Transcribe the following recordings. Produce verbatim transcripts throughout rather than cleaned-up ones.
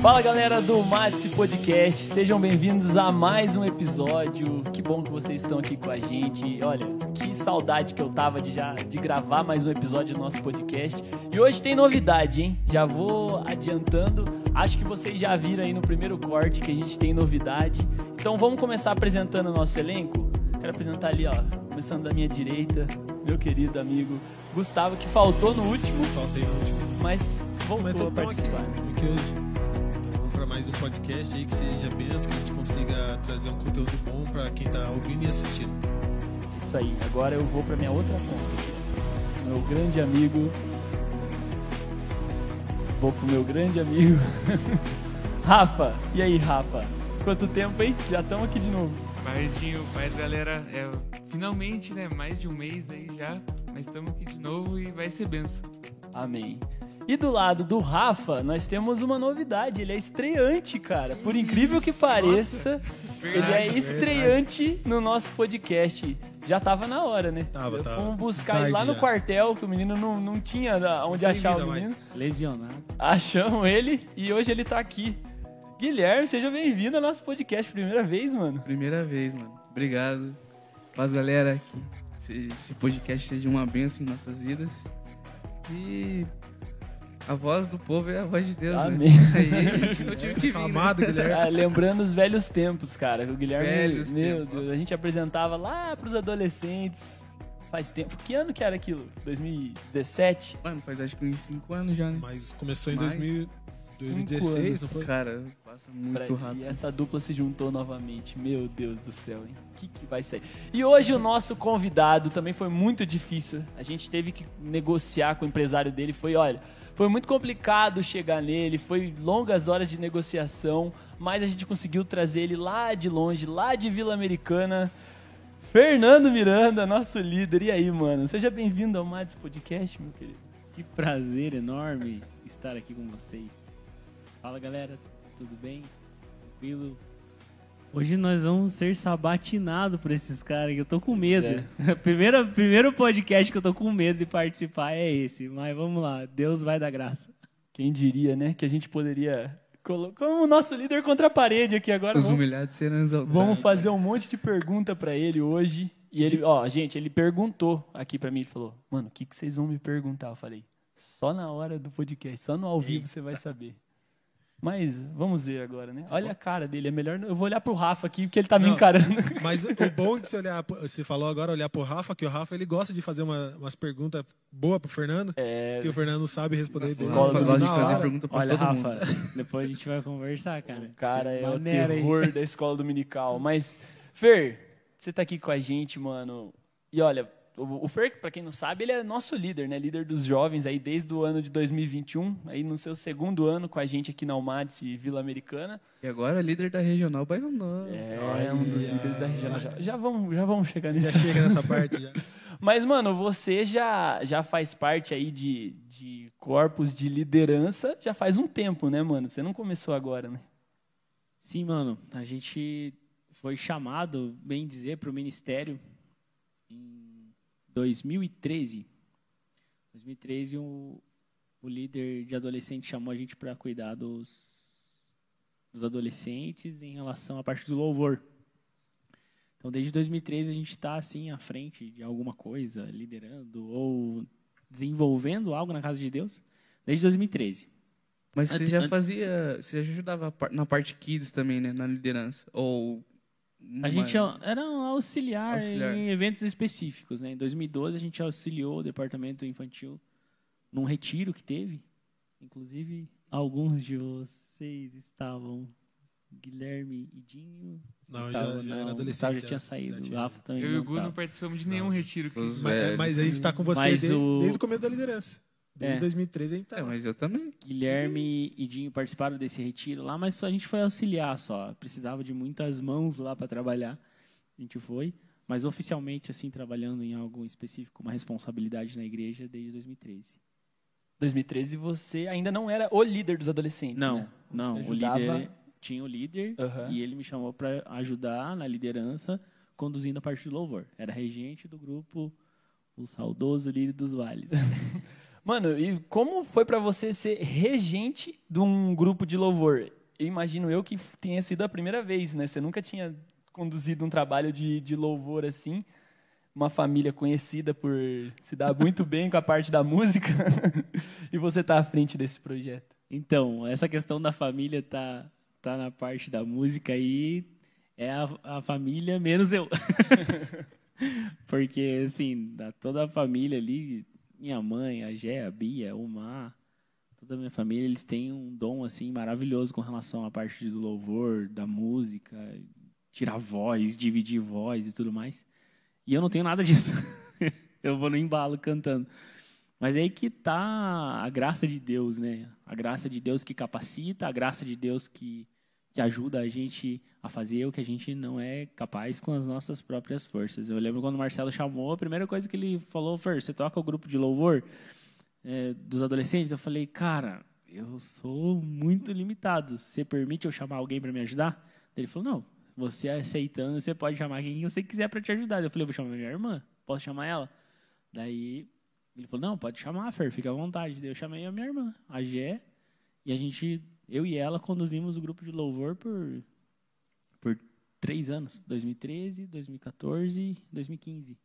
Fala galera do Madse Podcast, sejam bem-vindos a mais um episódio. Que bom que vocês estão aqui com a gente. Olha, que saudade que eu tava de já de gravar mais um episódio do nosso podcast. E hoje tem novidade, hein? Já vou adiantando. Acho que vocês já viram aí no primeiro corte que a gente tem novidade. Então vamos começar apresentando o nosso elenco. Quero apresentar ali, ó, começando da minha direita, meu querido amigo Gustavo, que faltou no último. Faltei no último. Mas voltou mas a participar. Aqui, aqui hoje. Para mais um podcast aí que seja benção, que a gente consiga trazer um conteúdo bom para quem tá ouvindo e assistindo. Isso aí, agora eu vou para minha outra conta. Meu grande amigo. Vou pro meu grande amigo Rafa. E aí, Rafa? Quanto tempo, hein? Já estamos aqui de novo. Mais de mais galera, é, finalmente, né? Mais de um mês aí já, mas estamos aqui de novo e vai ser benção. Amém. E do lado do Rafa, nós temos uma novidade. Ele é estreante, cara. Por incrível que pareça, Nossa, ele é estreante verdade. No nosso podcast. Já tava na hora, né? Tava, tava. Fomos buscar ele lá no já. quartel, que o menino não, não tinha onde não achar o menino. Mais. Lesionado. Achamos ele e hoje ele tá aqui. Guilherme, seja bem-vindo ao nosso podcast. Primeira vez, mano. Primeira vez, mano. Obrigado. Paz, galera. Que esse podcast seja uma bênção em nossas vidas. E a voz do povo é a voz de Deus, Amém. Né? Aí eu tive que vir, Amado, né? Guilherme. Ah, lembrando os velhos tempos, cara. O Guilherme, velhos meu tempos. Deus, a gente apresentava lá pros adolescentes faz tempo. Que ano que era aquilo? dois mil e dezessete? Mano, faz acho que uns cinco anos já, né? Mas começou em Mais. dois mil e dezesseis, não foi? Cara, passa muito Pra... rápido. E essa dupla se juntou novamente. Meu Deus do céu, hein? O que, que vai sair? E hoje o nosso convidado também foi muito difícil. A gente teve que negociar com o empresário dele. Foi, olha, foi muito complicado chegar nele. Foi longas horas de negociação. Mas a gente conseguiu trazer ele lá de longe, lá de Vila Americana. Fernando Miranda, nosso líder. E aí, mano? Seja bem-vindo ao Madse Podcast, meu querido. Que prazer enorme estar aqui com vocês. Fala, galera. Tudo bem? Tranquilo? Hoje nós vamos ser sabatinados por esses caras que eu tô com medo. É. Primeiro, primeiro podcast que eu tô com medo de participar é esse. Mas vamos lá, Deus vai dar graça. Quem diria, né? Que a gente poderia colocar o nosso líder contra a parede aqui agora. Os vamos, humilhados serão exaltados. Vamos fazer um monte de pergunta pra ele hoje. E ele, ó, gente, ele perguntou aqui pra mim, ele falou, mano, o que, que vocês vão me perguntar? Eu falei, só na hora do podcast, só no ao vivo Eita. Você vai saber. Mas vamos ver agora, né? Olha a cara dele, é melhor. Eu vou olhar pro Rafa aqui, porque ele tá Não, me encarando. Mas o bom de você olhar, você falou agora olhar pro Rafa, que o Rafa ele gosta de fazer uma, umas perguntas boas pro Fernando, é... que o Fernando não sabe responder dele. Nossa, gosta de fazer pergunta pra Olha, todo Rafa, mundo. Depois a gente vai conversar, cara. O cara é o Maneira, terror hein? da escola dominical. Mas, Fer, você tá aqui com a gente, mano. E olha, o Fer, pra quem não sabe, ele é nosso líder, né? Líder dos jovens aí desde o ano de dois mil e vinte e um, aí no seu segundo ano com a gente aqui na Madse Vila Americana. E agora líder da Regional Bairro Novo. É, é um dos líderes da Regional. Já, já, vamos, já vamos chegar nisso. Já chega nessa parte, já. Mas, mano, você já, já faz parte aí de, de corpos de liderança já faz um tempo, né, mano? Você não começou agora, né? Sim, mano. A gente foi chamado, bem dizer, pro ministério em dois mil e treze. dois mil e treze, o, o líder de adolescente chamou a gente para cuidar dos, dos adolescentes em relação à parte do louvor. Então, desde dois mil e treze, a gente está assim à frente de alguma coisa, liderando ou desenvolvendo algo na casa de Deus, desde dois mil e treze. Mas você já fazia, você já ajudava na parte kids também, né, na liderança? Ou A gente era um auxiliar, auxiliar em eventos específicos, né? Em dois mil e doze, a gente auxiliou o departamento infantil num retiro que teve. Inclusive, alguns de vocês estavam, Guilherme e Dinho. Não, estavam, já, já não, era adolescente. já, já já tinha saído, já o Rafa também. Eu e o não Gu não tava. participamos de nenhum retiro. Que... Mas, mas a gente tá com você desde, o... desde o começo da liderança. Desde É. dois mil e treze a gente tá É, lá. mas eu também. Guilherme e Dinho participaram desse retiro lá, mas só, a gente foi auxiliar só. Precisava de muitas mãos lá para trabalhar. A gente foi, mas oficialmente assim trabalhando em algo específico, uma responsabilidade na igreja desde dois mil e treze. dois mil e treze você ainda não era o líder dos adolescentes, Não, né? não. Você O ajudava... líder tinha o líder Uhum. e ele me chamou para ajudar na liderança, conduzindo a parte do louvor. Era regente do grupo, o saudoso líder dos vales. Mano, e como foi pra você ser regente de um grupo de louvor? Eu imagino eu que tenha sido a primeira vez, né? Você nunca tinha conduzido um trabalho de, de louvor assim. Uma família conhecida por se dar muito bem com a parte da música. E você tá à frente desse projeto. Então, essa questão da família tá, tá na parte da música aí. É a, a família menos eu. Porque, assim, toda a família ali... Minha mãe, a Gé, a Bia, o Mar, toda a minha família, eles têm um dom assim maravilhoso com relação à parte do louvor, da música, tirar voz, dividir voz e tudo mais. E eu não tenho nada disso. Eu vou no embalo cantando. Mas é aí que tá a graça de Deus, né? A graça de Deus que capacita, a graça de Deus que, que ajuda a gente a fazer o que a gente não é capaz com as nossas próprias forças. Eu lembro quando o Marcelo chamou, a primeira coisa que ele falou, Fer, você toca o grupo de louvor é, dos adolescentes? Eu falei, cara, eu sou muito limitado. Você permite eu chamar alguém para me ajudar? Ele falou, não, você aceitando, você pode chamar quem você quiser para te ajudar. Eu falei, eu vou chamar minha irmã, posso chamar ela? Daí ele falou, não, pode chamar, Fer, fica à vontade. Daí eu chamei a minha irmã, a Gé, e a gente, eu e ela, conduzimos o grupo de louvor por... por três anos, dois mil e treze, dois mil e quatorze, dois mil e quinze.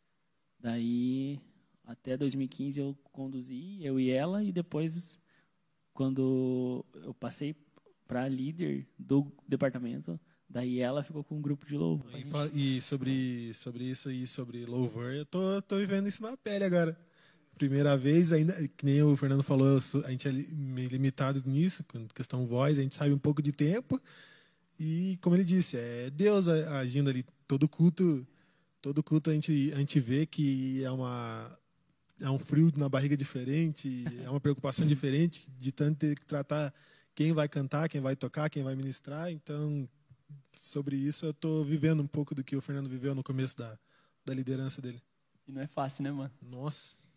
Daí, até dois mil e quinze eu conduzi, eu e ela, e depois, quando eu passei para líder do departamento, daí ela ficou com um grupo de louvor. E, e sobre, sobre isso aí, sobre louvor, eu tô, tô vivendo isso na pele agora. Primeira vez, ainda, que nem o Fernando falou, a gente é meio limitado nisso, com questão voz, a gente sabe um pouco de tempo. E, como ele disse, é Deus agindo ali. Todo culto, todo culto a gente, a gente vê que é, uma, é um frio na barriga diferente, é uma preocupação diferente de tanto ter que tratar quem vai cantar, quem vai tocar, quem vai ministrar. Então, sobre isso, eu estou vivendo um pouco do que o Fernando viveu no começo da, da liderança dele. E não é fácil, né, mano? Nossa.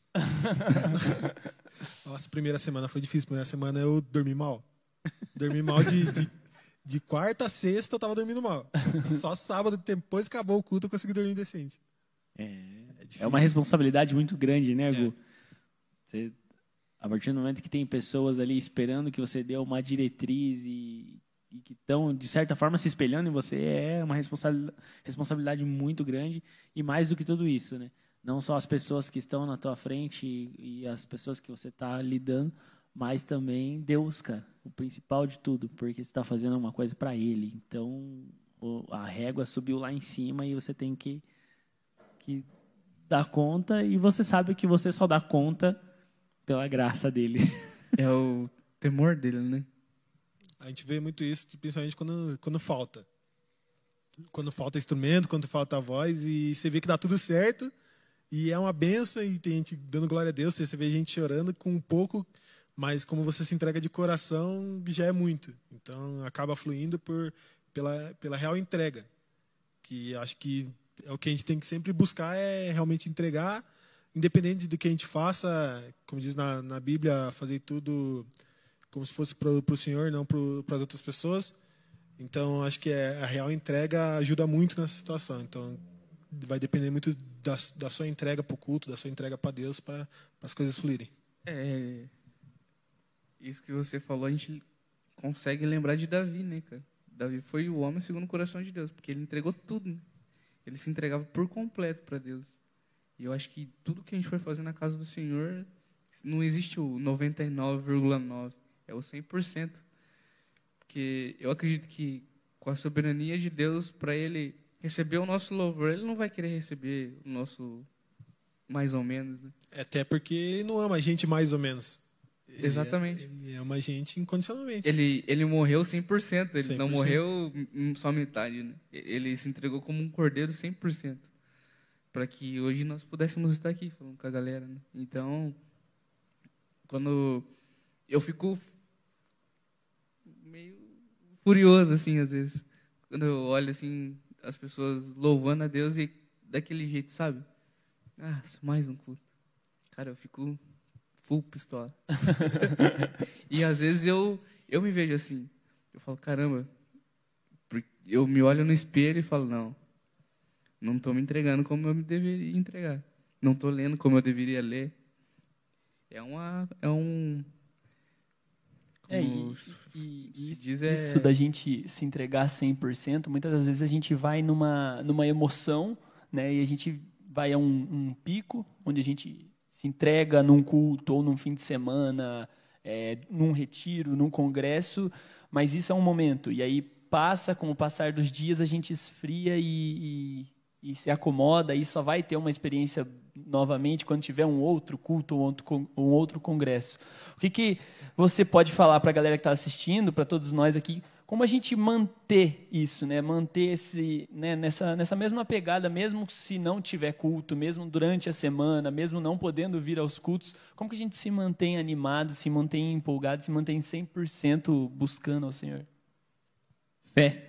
Nossa, primeira semana foi difícil. Primeira semana eu dormi mal. Dormi mal de... de De quarta a sexta eu tava dormindo mal. Só sábado, depois que acabou o culto, eu consegui dormir decente. É, é, é uma responsabilidade muito grande, né, Gu? É. Você, a partir do momento que tem pessoas ali esperando que você dê uma diretriz e, e que estão, de certa forma, se espelhando em você, é uma responsabilidade, responsabilidade muito grande. E mais do que tudo isso, né? Não só as pessoas que estão na tua frente e, e as pessoas que você está lidando, mas também Deus, cara, o principal de tudo, porque você está fazendo uma coisa para Ele. Então, a régua subiu lá em cima e você tem que, que dar conta, e você sabe que você só dá conta pela graça dele. É o temor dele, né? A gente vê muito isso, principalmente quando, quando falta. Quando falta instrumento, quando falta voz, e você vê que dá tudo certo, e é uma benção, e tem gente dando glória a Deus, você vê gente chorando com um pouco... Mas como você se entrega de coração, já é muito. Então, acaba fluindo por, pela, pela real entrega. Que acho que é o que a gente tem que sempre buscar, é realmente entregar, independente do que a gente faça, como diz na, na Bíblia, fazer tudo como se fosse para o Senhor, não para as outras pessoas. Então, acho que é, a real entrega ajuda muito nessa situação. Então, vai depender muito da, da sua entrega para o culto, da sua entrega para Deus, para as coisas fluírem. É... Isso que você falou, a gente consegue lembrar de Davi, né, cara? Davi foi o homem segundo o coração de Deus, porque ele entregou tudo, né? Ele se entregava por completo para Deus. E eu acho que tudo que a gente for fazer na casa do Senhor, não existe o noventa e nove vírgula nove, é o cem por cento. Porque eu acredito que com a soberania de Deus, para Ele receber o nosso louvor, Ele não vai querer receber o nosso mais ou menos, né? Até porque Ele não ama a gente mais ou menos. Exatamente. Ele ama a gente incondicionalmente. Ele, ele morreu cem por cento, ele cem por cento. não morreu só metade, né? Ele se entregou como um cordeiro cem por cento. Para que hoje nós pudéssemos estar aqui falando com a galera, né? Então, quando eu fico meio furioso, assim, às vezes. Quando eu olho, assim, as pessoas louvando a Deus e daquele jeito, sabe? Ah, mais um culto. Cara, eu fico... full pistola. E às vezes eu, eu me vejo assim. Eu falo, caramba. Eu me olho no espelho e falo, não. Não estou me entregando como eu me deveria entregar. Não estou lendo como eu deveria ler. é uma é um É, como e, se e diz, é- isso da gente se entregar cem por cento, muitas das vezes a gente vai numa, numa emoção, né? E a gente vai a um, um pico, onde a gente se entrega num culto ou num fim de semana, é, num retiro, num congresso, mas isso é um momento. E aí passa, com o passar dos dias, a gente esfria e, e, e se acomoda, e só vai ter uma experiência novamente quando tiver um outro culto ou outro, con- um outro congresso. O que, que você pode falar para a galera que está assistindo, para todos nós aqui, como a gente manter isso, né? Manter esse, né? nessa, nessa mesma pegada, mesmo se não tiver culto, mesmo durante a semana, mesmo não podendo vir aos cultos, como que a gente se mantém animado, se mantém empolgado, se mantém cem por cento buscando ao Senhor? Fé.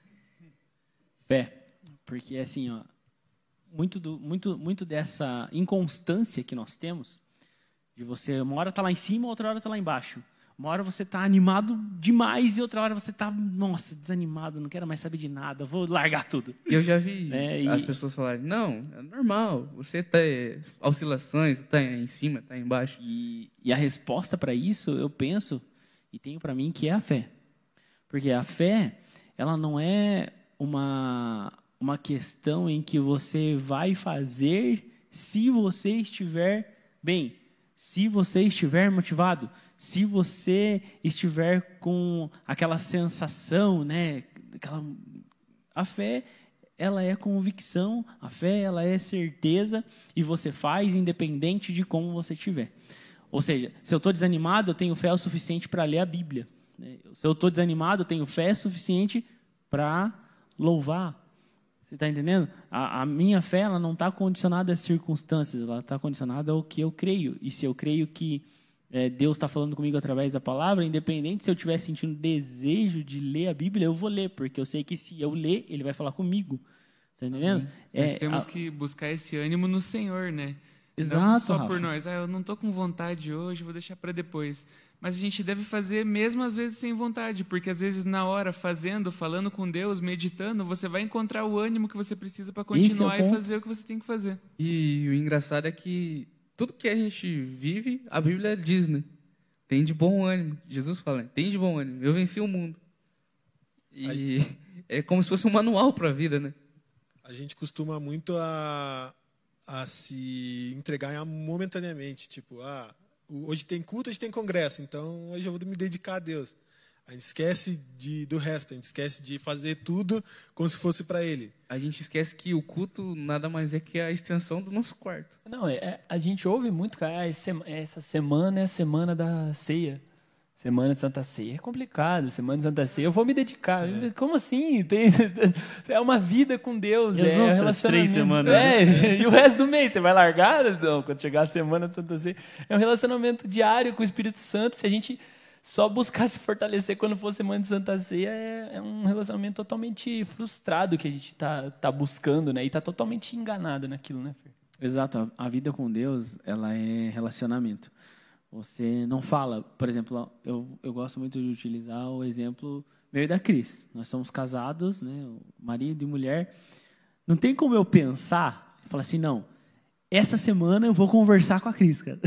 Fé. Porque, assim, ó, muito, do, muito, muito dessa inconstância que nós temos, de você, uma hora tá lá em cima, outra hora tá lá embaixo. Uma hora você tá animado demais e outra hora você tá, nossa, desanimado, não quero mais saber de nada, vou largar tudo. E eu já vi É, e- as pessoas falarem, não, é normal, você tá é, oscilações, tá em cima, tá embaixo. E, e a resposta para isso, eu penso, e tenho para mim, que é a fé. Porque a fé, ela não é uma, uma questão em que você vai fazer se você estiver bem, se você estiver motivado, se você estiver com aquela sensação, né? Aquela... A fé, ela é convicção, a fé, ela é certeza, e você faz independente de como você estiver. Ou seja, se eu estou desanimado, eu tenho fé o suficiente para ler a Bíblia. Né? Se eu estou desanimado, eu tenho fé suficiente para louvar. Você está entendendo? A, a minha fé, ela não está condicionada às circunstâncias, ela está condicionada ao que eu creio. E se eu creio que é, Deus está falando comigo através da palavra, independente se eu estiver sentindo desejo de ler a Bíblia, eu vou ler, porque eu sei que se eu ler, Ele vai falar comigo. Está entendendo? Nós É, temos a- que buscar esse ânimo no Senhor, né? Não Exato, só Rafa. por nós. Ah, eu não estou com vontade hoje, vou deixar para depois. Mas a gente deve fazer mesmo às vezes sem vontade, porque às vezes na hora, fazendo, falando com Deus, meditando, você vai encontrar o ânimo que você precisa para Esse é o continuar e ponto. fazer o que você tem que fazer. E o engraçado é que tudo que a gente vive, a Bíblia diz, né? Tem de bom ânimo. Jesus fala, tem de bom ânimo. Eu venci o mundo. E é como se fosse um manual para a vida, né? A gente costuma muito a, a se entregar momentaneamente. Tipo, ah, hoje tem culto, hoje tem congresso, então hoje eu vou me dedicar a Deus. A gente esquece de, do resto, a gente esquece de fazer tudo como se fosse para Ele. A gente esquece que o culto nada mais é que a extensão do nosso quarto. Não, é, é- a gente ouve muito, cara, ah, esse- essa semana é a semana da ceia. Semana de Santa Ceia é complicado. Semana de Santa Ceia eu vou me dedicar. Como assim? Tem, é uma vida com Deus. E as é um outras relacionamento. três semanas, É, e o resto do mês, você vai largar? Não, quando chegar a semana de Santa Ceia. É um relacionamento diário com o Espírito Santo. Se a gente só buscar se fortalecer quando for semana de Santa Ceia, é, é um relacionamento totalmente frustrado que a gente está tá buscando, né? E está totalmente enganado naquilo, né, Fer? Exato, a a vida com Deus, ela é relacionamento. Você não fala, por exemplo, eu, eu gosto muito de utilizar o exemplo meu e da Cris. Nós somos casados, né, marido e mulher. Não tem como eu pensar e falar assim, não, essa semana eu vou conversar com a Cris, cara.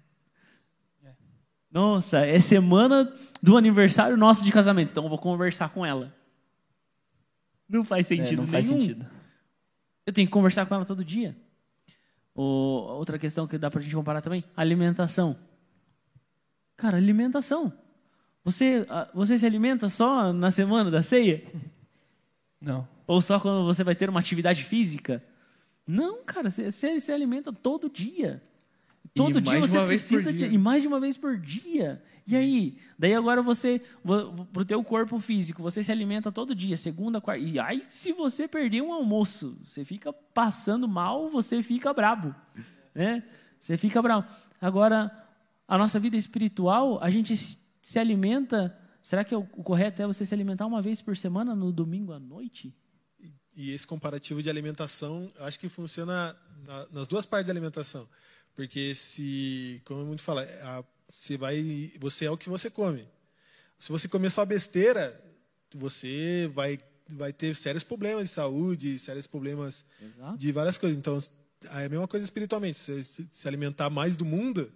Nossa, é semana do aniversário nosso de casamento, então eu vou conversar com ela. Não faz É, sentido não faz nenhum. sentido. Eu tenho que conversar com ela todo dia. O, outra questão que dá pra gente comparar também, alimentação. Cara, alimentação. Você, ah, você se alimenta só na semana da ceia? Não. Ou só quando você vai ter uma atividade física? Não, cara, você, você se alimenta todo dia. Todo E dia mais de você uma vez por precisa de, dia. e mais de uma vez por dia. E aí? Daí agora você, para o teu corpo físico, você se alimenta todo dia, segunda, quarta. E aí se você perder um almoço, você fica passando mal, você fica brabo. Né? Você fica bravo. Agora, a nossa vida espiritual, a gente se alimenta... Será que o correto é você se alimentar uma vez por semana, no domingo à noite? E esse comparativo de alimentação, eu acho que funciona na, nas duas partes da alimentação. Porque se, como muito fala, a, você, vai, você é o que você come. Se você comer só besteira, você vai, vai ter sérios problemas de saúde, sérios problemas Exato. de várias coisas. Então, é a mesma coisa espiritualmente. Se você se alimentar mais do mundo,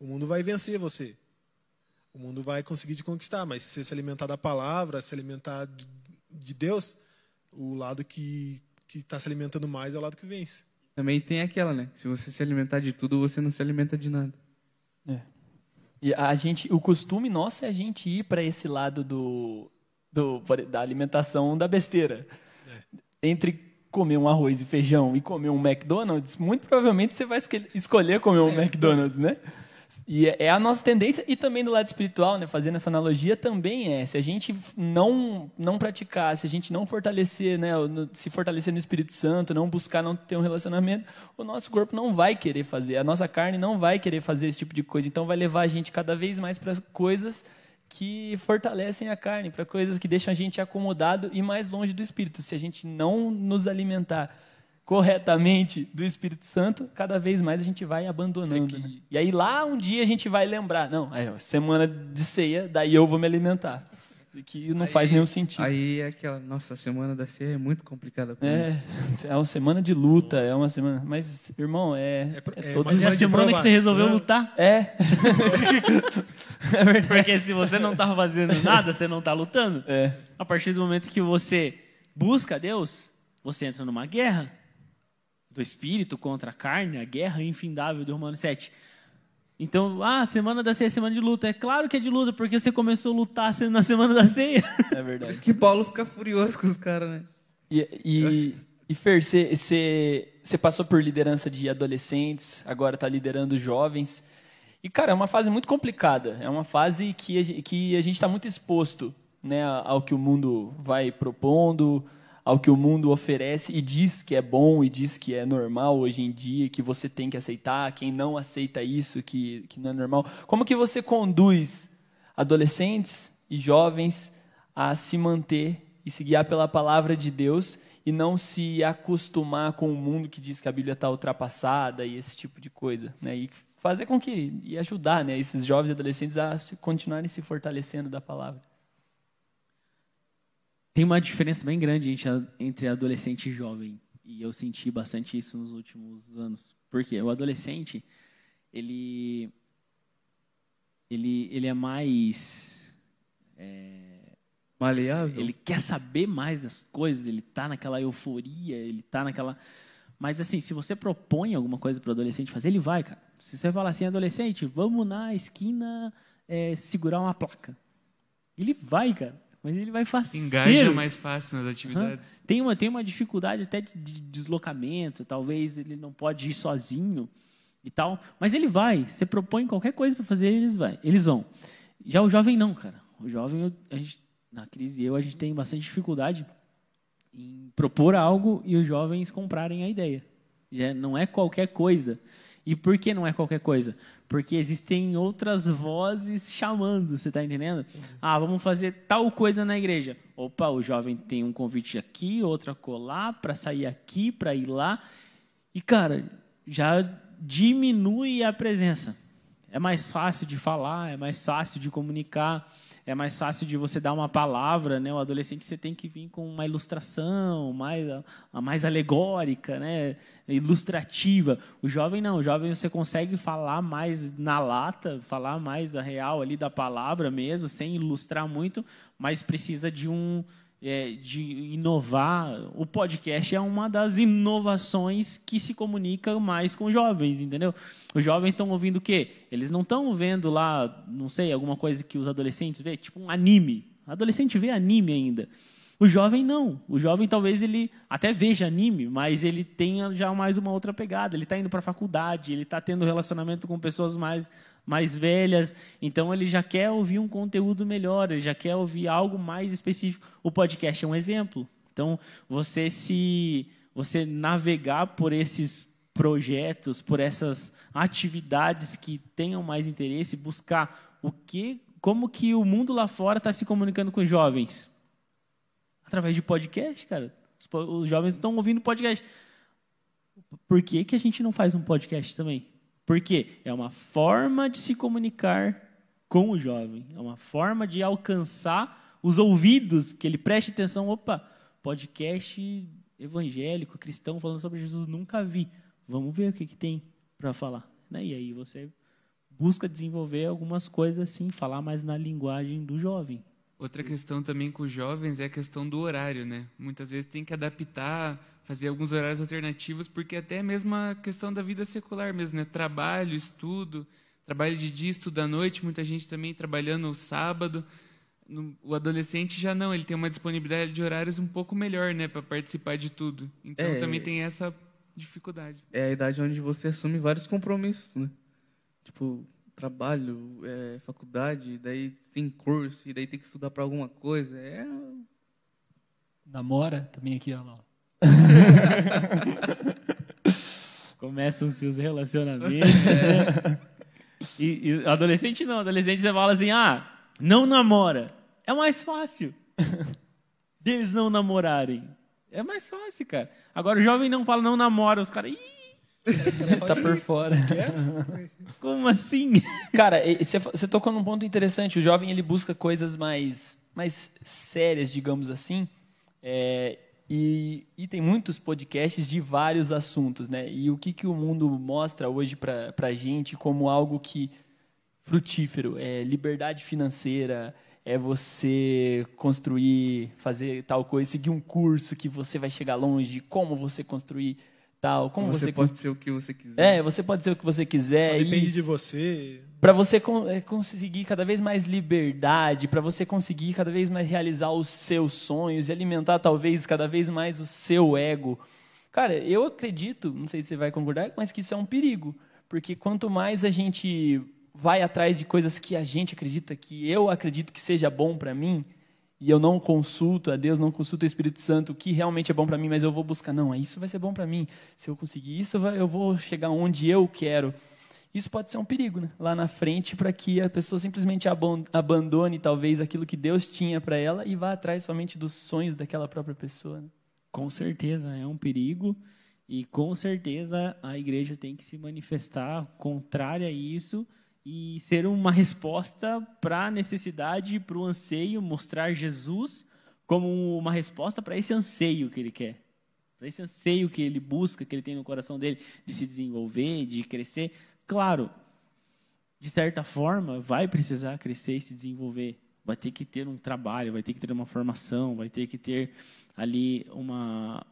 o mundo vai vencer você. O mundo vai conseguir te conquistar, mas se você se alimentar da palavra, se alimentar de Deus, o lado que que está se alimentando mais é o lado que vence. Também tem aquela, né? Se você se alimentar de tudo, você não se alimenta de nada. É. E a gente, o costume nosso é a gente ir para esse lado do, do, da alimentação da besteira. É. Entre comer um arroz e feijão e comer um McDonald's, muito provavelmente você vai escolher comer um é, McDonald's, né? E é a nossa tendência, e também do lado espiritual, né, fazendo essa analogia, também é, se a gente não, não praticar, se a gente não fortalecer, né, se fortalecer no Espírito Santo, não buscar, não ter um relacionamento, o nosso corpo não vai querer fazer, a nossa carne não vai querer fazer esse tipo de coisa, então vai levar a gente cada vez mais para coisas que fortalecem a carne, para coisas que deixam a gente acomodado e mais longe do Espírito. Se a gente não nos alimentar corretamente do Espírito Santo, cada vez mais a gente vai abandonando. É que... né? E aí lá um dia a gente vai lembrar, não, é semana de ceia, daí eu vou me alimentar. Que não aí, faz nenhum sentido. Aí é aquela, nossa, a semana da ceia é muito complicada. É, é uma semana de luta, nossa. é uma semana... Mas, irmão, é... É, é, é toda semana, semana que você resolveu lutar? É. É verdade. Porque se você não está fazendo nada, você não está lutando. É. A partir do momento que você busca Deus, você entra numa guerra do espírito contra a carne, a guerra infindável do Romanos sete. Então, ah, semana da ceia é semana de luta. É claro que é de luta, porque você começou a lutar na semana da ceia. É verdade. Por isso que Paulo fica furioso com os caras, né? E, e, e Fer, você passou por liderança de adolescentes, agora está liderando jovens. E, cara, é uma fase muito complicada. É uma fase que a, que a gente está muito exposto, né, ao que o mundo vai propondo, ao que o mundo oferece e diz que é bom e diz que é normal hoje em dia, que você tem que aceitar, quem não aceita isso, que, que não é normal. Como que você conduz adolescentes e jovens a se manter e se guiar pela palavra de Deus e não se acostumar com o mundo que diz que a Bíblia está ultrapassada e esse tipo de coisa, né? E fazer com que, e ajudar, né, esses jovens e adolescentes a se, continuarem se fortalecendo da palavra. Tem uma diferença bem grande entre adolescente e jovem. E eu senti bastante isso nos últimos anos. Por quê? O adolescente, ele, ele, ele é mais... É, maleável? Ele quer saber mais das coisas, ele está naquela euforia, ele está naquela... Mas, assim, se você propõe alguma coisa para o adolescente fazer, ele vai, cara. Se você falar assim, adolescente, vamos na esquina é, segurar uma placa. Ele vai, cara. Mas ele vai faceiro. Engaja mais fácil nas atividades. Uhum. Tem uma, tem uma dificuldade até de, de deslocamento, talvez ele não pode ir sozinho e tal, mas ele vai. Você propõe qualquer coisa para fazer, eles, vai, eles vão. Já o jovem não, cara. O jovem, a gente, na crise eu, a gente tem bastante dificuldade em propor algo e os jovens comprarem a ideia. Já não é qualquer coisa. E por que não é qualquer coisa? Porque existem outras vozes chamando, você está entendendo? Uhum. Ah, vamos fazer tal coisa na igreja. Opa, o jovem tem um convite aqui, outro acolá, para sair aqui, para ir lá. E, cara, já diminui a presença. É mais fácil de falar, é mais fácil de comunicar, é mais fácil de você dar uma palavra, né? O adolescente você tem que vir com uma ilustração mais, a mais alegórica, né? Ilustrativa. O jovem não, o jovem você consegue falar mais na lata, falar mais da real ali da palavra mesmo, sem ilustrar muito, mas precisa de um é, de inovar. O podcast é uma das inovações que se comunica mais com jovens, entendeu? Os jovens estão ouvindo o quê? Eles não estão vendo lá, não sei, alguma coisa que os adolescentes vê, tipo um anime. O adolescente vê anime ainda. O jovem não. O jovem talvez ele até veja anime, mas ele tenha já mais uma outra pegada. Ele está indo para a faculdade, ele está tendo relacionamento com pessoas mais, mais velhas, então ele já quer ouvir um conteúdo melhor, ele já quer ouvir algo mais específico. O podcast é um exemplo. Então, você se você navegar por esses projetos, por essas atividades que tenham mais interesse, buscar o que, como que o mundo lá fora está se comunicando com os jovens. Através de podcast, cara. Os jovens estão ouvindo podcast. Por que que a gente não faz um podcast também? Porque é uma forma de se comunicar com o jovem. É uma forma de alcançar os ouvidos, que ele preste atenção. Opa, podcast evangélico, cristão, falando sobre Jesus, nunca vi. Vamos ver o que, que tem para falar. E aí você busca desenvolver algumas coisas assim, falar mais na linguagem do jovem. Outra questão também com os jovens é a questão do horário, né? Muitas vezes tem que adaptar, fazer alguns horários alternativos, porque até mesmo a questão da vida secular mesmo, né? Trabalho, estudo, trabalho de dia, estudo à noite, muita gente também trabalhando no sábado. No, o adolescente já não, ele tem uma disponibilidade de horários um pouco melhor, né? Para participar de tudo. Então É. também tem essa dificuldade. É a idade onde você assume vários compromissos, né? Tipo, trabalho, é, faculdade, daí tem curso, e daí tem que estudar para alguma coisa. É... Namora também aqui, ó lá. Começam-se os relacionamentos. Né? E, e adolescente não, adolescente você fala assim, ah, não namora. É mais fácil deles não namorarem. É mais fácil, cara. Agora o jovem não fala não namora, os caras, ih, Tá por fora. como assim? Cara, você tocou num ponto interessante. O jovem ele busca coisas mais, mais sérias, digamos assim. É, e, e tem muitos podcasts de vários assuntos, né? E o que, que o mundo mostra hoje para a gente como algo que frutífero? É liberdade financeira, é você construir, fazer tal coisa, seguir um curso que você vai chegar longe, como você construir tal, como você, você pode cons- ser o que você quiser. É, você pode ser o que você Só quiser. depende e de você. para você con- é, conseguir cada vez mais liberdade, para você conseguir cada vez mais realizar os seus sonhos e alimentar talvez cada vez mais o seu ego. Cara, eu acredito, não sei se você vai concordar, mas que isso é um perigo, porque quanto mais a gente vai atrás de coisas que a gente acredita, que eu acredito que seja bom para mim, e eu não consulto a Deus, não consulto o Espírito Santo, o que realmente é bom para mim, mas eu vou buscar, não, isso vai ser bom para mim. Se eu conseguir isso, eu vou chegar onde eu quero. Isso pode ser um perigo, né? Lá na frente, para que a pessoa simplesmente abandone talvez aquilo que Deus tinha para ela e vá atrás somente dos sonhos daquela própria pessoa. Né? Com certeza, é um perigo. E com certeza a igreja tem que se manifestar contrária a isso e ser uma resposta para a necessidade, para o anseio, mostrar Jesus como uma resposta para esse anseio que ele quer, para esse anseio que ele busca, que ele tem no coração dele, de se desenvolver, de crescer. Claro, de certa forma, vai precisar crescer e se desenvolver, vai ter que ter um trabalho, vai ter que ter uma formação, vai ter que ter ali uma,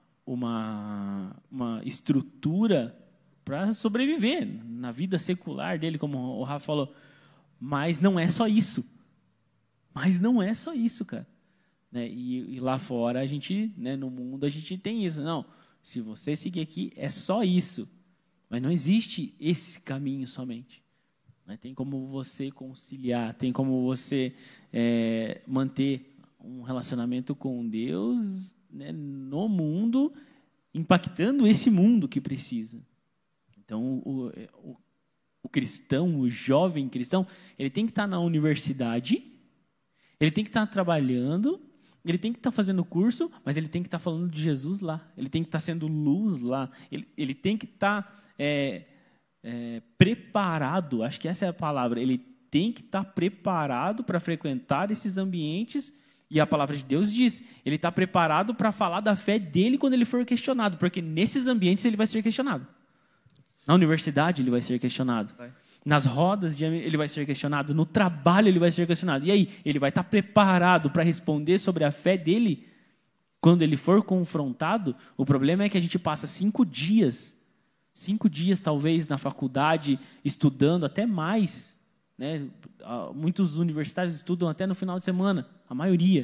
uma, uma estrutura para sobreviver na vida secular dele, como o Rafa falou. Mas não é só isso. Mas não é só isso, cara. Né? E, e lá fora, a gente, né, no mundo, a gente tem isso. Não, se você seguir aqui, é só isso. Mas não existe esse caminho somente. Né? Tem como você conciliar, tem como você é, manter um relacionamento com Deus, né, no mundo, impactando esse mundo que precisa. Então, o, o, o cristão, o jovem cristão, ele tem que estar na universidade, ele tem que estar trabalhando, ele tem que estar fazendo curso, mas ele tem que estar falando de Jesus lá, ele tem que estar sendo luz lá, ele, ele tem que estar é, é, preparado, acho que essa é a palavra, ele tem que estar preparado para frequentar esses ambientes, e a palavra de Deus diz, ele está preparado para falar da fé dele quando ele for questionado, porque nesses ambientes ele vai ser questionado. Na universidade ele vai ser questionado. Vai. Nas rodas de ele vai ser questionado. No trabalho ele vai ser questionado. E aí, ele vai estar preparado para responder sobre a fé dele quando ele for confrontado? O problema é que a gente passa cinco dias, cinco dias talvez na faculdade, estudando até mais. Né? Muitos universitários estudam até no final de semana, a maioria.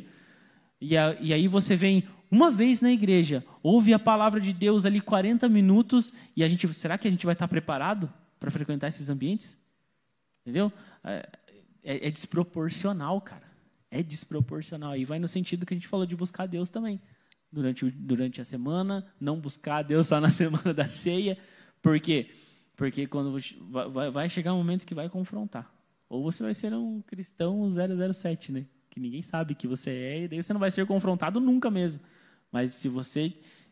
E, a, e aí você vem uma vez na igreja, ouve a palavra de Deus ali quarenta minutos, e a gente, será que a gente vai estar preparado para frequentar esses ambientes? Entendeu? É, é, é desproporcional, cara. É desproporcional. E vai no sentido que a gente falou de buscar Deus também. Durante, durante a semana, não buscar Deus só na semana da ceia. Por quê? Porque quando vai, vai chegar um momento que vai confrontar. Ou você vai ser um cristão zero zero sete, né? Que ninguém sabe que você é, e daí você não vai ser confrontado nunca mesmo. Mas se você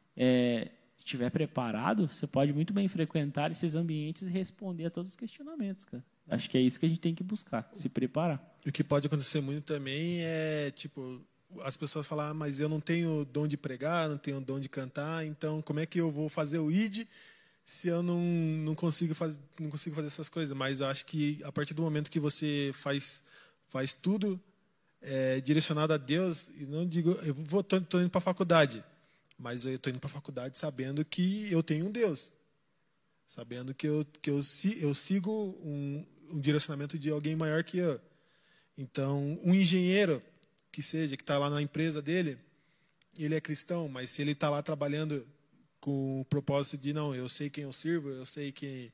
é, estiver preparado, você pode muito bem frequentar esses ambientes e responder a todos os questionamentos, cara. Acho que é isso que a gente tem que buscar, se preparar. O que pode acontecer muito também é, tipo, as pessoas falar, ah, mas eu não tenho dom de pregar, não tenho dom de cantar, então como é que eu vou fazer o I D se eu não, não, consigo faz, não consigo fazer essas coisas. Mas eu acho que a partir do momento que você faz, faz tudo é, direcionado a Deus, e não digo, eu vou, tô, tô indo para a faculdade, mas eu estou indo para a faculdade sabendo que eu tenho um Deus, sabendo que eu, que eu, eu sigo um, um direcionamento de alguém maior que eu. Então, um engenheiro que seja, que está lá na empresa dele, ele é cristão, mas se ele está lá trabalhando com o propósito de, não, eu sei quem eu sirvo, eu sei quem,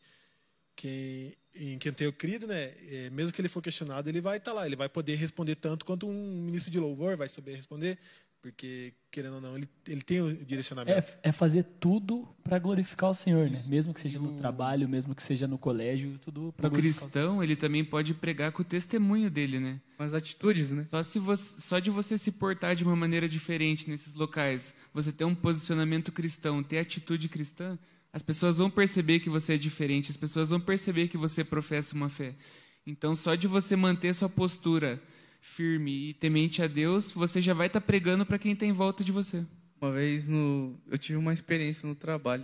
quem, em quem eu tenho crido, né? É, mesmo que ele for questionado, ele vai estar lá, ele vai poder responder tanto quanto um ministro de louvor vai saber responder, porque, querendo ou não, ele, ele tem o direcionamento. É, é fazer tudo para glorificar o Senhor, né? Mesmo que seja no trabalho, mesmo que seja no colégio, tudo para glorificar o cristão, ele também pode pregar com o testemunho dele, né? Com as atitudes, né? Só, se você, só de você se portar de uma maneira diferente nesses locais, você ter um posicionamento cristão, ter atitude cristã, as pessoas vão perceber que você é diferente, as pessoas vão perceber que você professa uma fé. Então, só de você manter sua postura firme e temente a Deus, você já vai estar tá pregando para quem está em volta de você. Uma vez no, eu tive uma experiência no trabalho.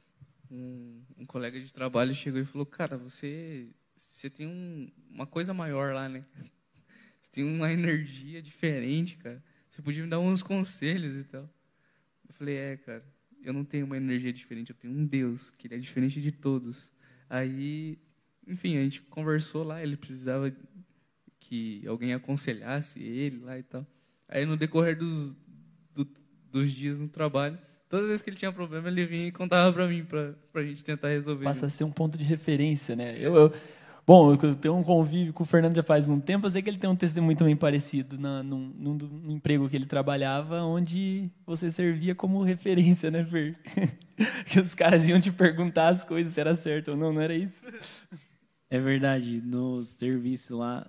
Um, um colega de trabalho chegou e falou: cara, você, você tem um, uma coisa maior lá, né? Você tem uma energia diferente, cara. Você podia me dar uns conselhos e tal. Eu falei: é, cara, eu não tenho uma energia diferente, eu tenho um Deus, que ele é diferente de todos. Aí, enfim, a gente conversou lá, ele precisava que alguém aconselhasse ele lá e tal. Aí, no decorrer dos, do, dos dias no trabalho, todas as vezes que ele tinha problema, ele vinha e contava para mim, para a gente tentar resolver. Passa a ser um ponto de referência, né? Eu, eu, bom, eu tenho um convívio com o Fernando já faz um tempo, eu sei que ele tem um testemunho também parecido na, num, num, num emprego que ele trabalhava, onde você servia como referência, né, Fer? Que os caras iam te perguntar as coisas, se era certo ou não, não era isso? É verdade, no serviço lá,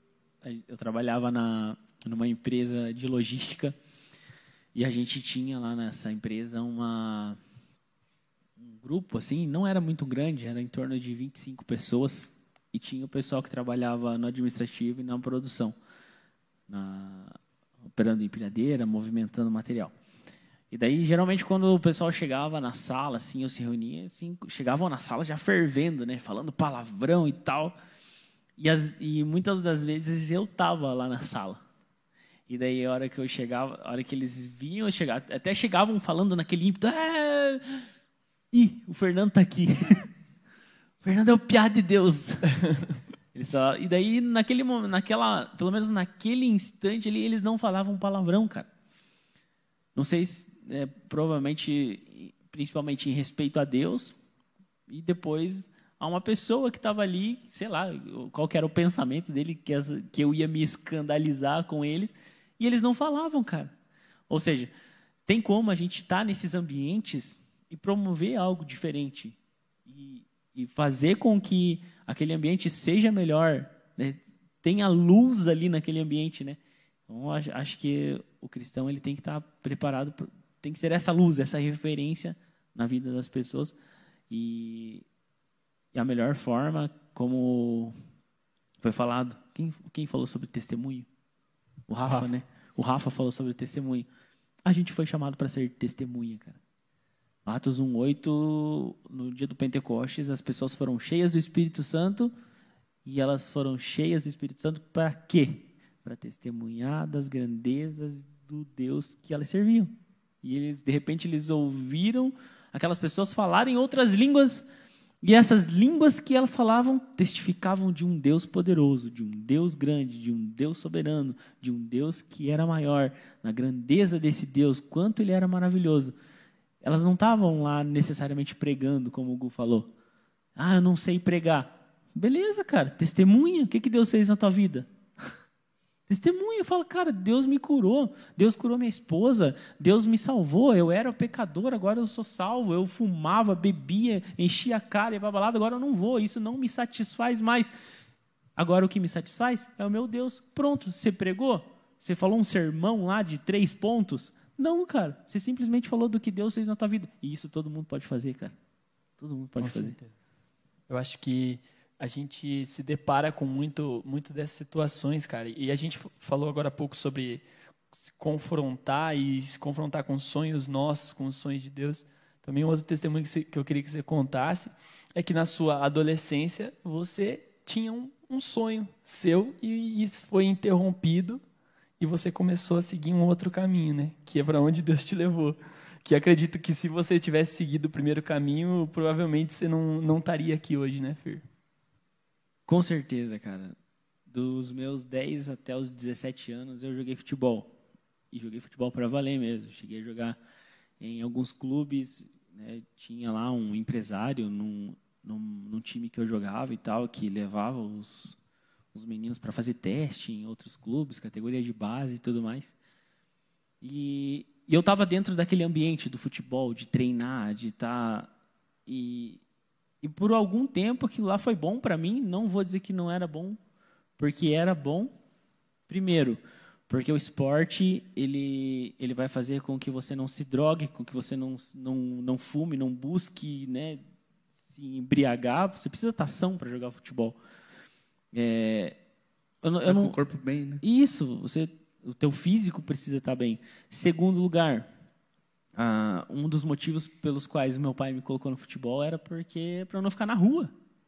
eu trabalhava na, numa empresa de logística e a gente tinha lá nessa empresa uma, um grupo, assim, não era muito grande, era em torno de vinte e cinco pessoas, e tinha o pessoal que trabalhava no administrativo e na produção, na, operando empilhadeira, movimentando material. E daí, geralmente, quando o pessoal chegava na sala, assim, ou se reunia, assim, chegavam na sala já fervendo, né, falando palavrão e tal. E, as, e muitas das vezes eu estava lá na sala. E daí, a hora que eu chegava, a hora que eles vinham, eu chegava, até chegavam falando naquele ímpeto: ah, ih, o Fernando está aqui. O Fernando é o piá de Deus. Eles só, e daí, naquele, naquela, pelo menos naquele instante, ali, eles não falavam palavrão, cara. Não sei se, é, provavelmente, principalmente em respeito a Deus, e depois a uma pessoa que estava ali, sei lá, qual que era o pensamento dele, que, as, que eu ia me escandalizar com eles, e eles não falavam, cara. Ou seja, tem como a gente estar tá nesses ambientes e promover algo diferente, e, e fazer com que aquele ambiente seja melhor, né? Tenha luz ali naquele ambiente, né? Então, acho, acho que o cristão ele tem que estar tá preparado, pro, tem que ser essa luz, essa referência na vida das pessoas, e E a melhor forma, como foi falado, quem, quem falou sobre testemunho? O Rafa, Rafa, né? O Rafa falou sobre testemunho. A gente foi chamado para ser testemunha, cara. Atos um, oito, no dia do Pentecostes, as pessoas foram cheias do Espírito Santo, e elas foram cheias do Espírito Santo para quê? Para testemunhar das grandezas do Deus que elas serviam. E eles, de repente, eles ouviram aquelas pessoas falarem outras línguas. E essas línguas que elas falavam testificavam de um Deus poderoso, de um Deus grande, de um Deus soberano, de um Deus que era maior, na grandeza desse Deus, quanto ele era maravilhoso. Elas não estavam lá necessariamente pregando, como o Gu falou. Ah, eu não sei pregar. Beleza, cara, testemunha. O que, que Deus fez na tua vida? Testemunha, fala, cara, Deus me curou, Deus curou minha esposa, Deus me salvou, eu era pecador, agora eu sou salvo, eu fumava, bebia, enchia a cara e ia pra balada, agora eu não vou, isso não me satisfaz mais. Agora o que me satisfaz é o meu Deus. Pronto, você pregou? Você falou um sermão lá de três pontos? Não, cara, você simplesmente falou do que Deus fez na tua vida. E isso todo mundo pode fazer, cara. Todo mundo pode Com fazer. certeza. Eu acho que a gente se depara com muito, muito dessas situações, cara. E a gente falou agora há pouco sobre se confrontar e se confrontar com os sonhos nossos, com os sonhos de Deus. Também um outro testemunho que, você, que eu queria que você contasse é que na sua adolescência você tinha um, um sonho seu e isso foi interrompido e você começou a seguir um outro caminho, né? Que é para onde Deus te levou. Que acredito que se você tivesse seguido o primeiro caminho, provavelmente você não, não estaria aqui hoje, né, Fer? Com certeza, cara. Dos meus dez até os dezessete anos, eu joguei futebol. E joguei futebol para valer mesmo. Cheguei a jogar em alguns clubes, né? Tinha lá um empresário num, num, num time que eu jogava e tal, que levava os, os meninos para fazer teste em outros clubes, categoria de base e tudo mais. E, e eu estava dentro daquele ambiente do futebol, de treinar, de estar... Tá, e, e por algum tempo aquilo lá foi bom para mim. Não vou dizer que não era bom, porque era bom. Primeiro, porque o esporte ele, ele vai fazer com que você não se drogue, com que você não, não, não fume, não busque, né, se embriagar. Você precisa estar são para jogar futebol. É, eu, não- eu Tá com não, o corpo bem, né? isso, você, o teu físico precisa estar bem. Segundo lugar, ah, um dos motivos pelos quais o meu pai me colocou no futebol era porque para eu não ficar na rua.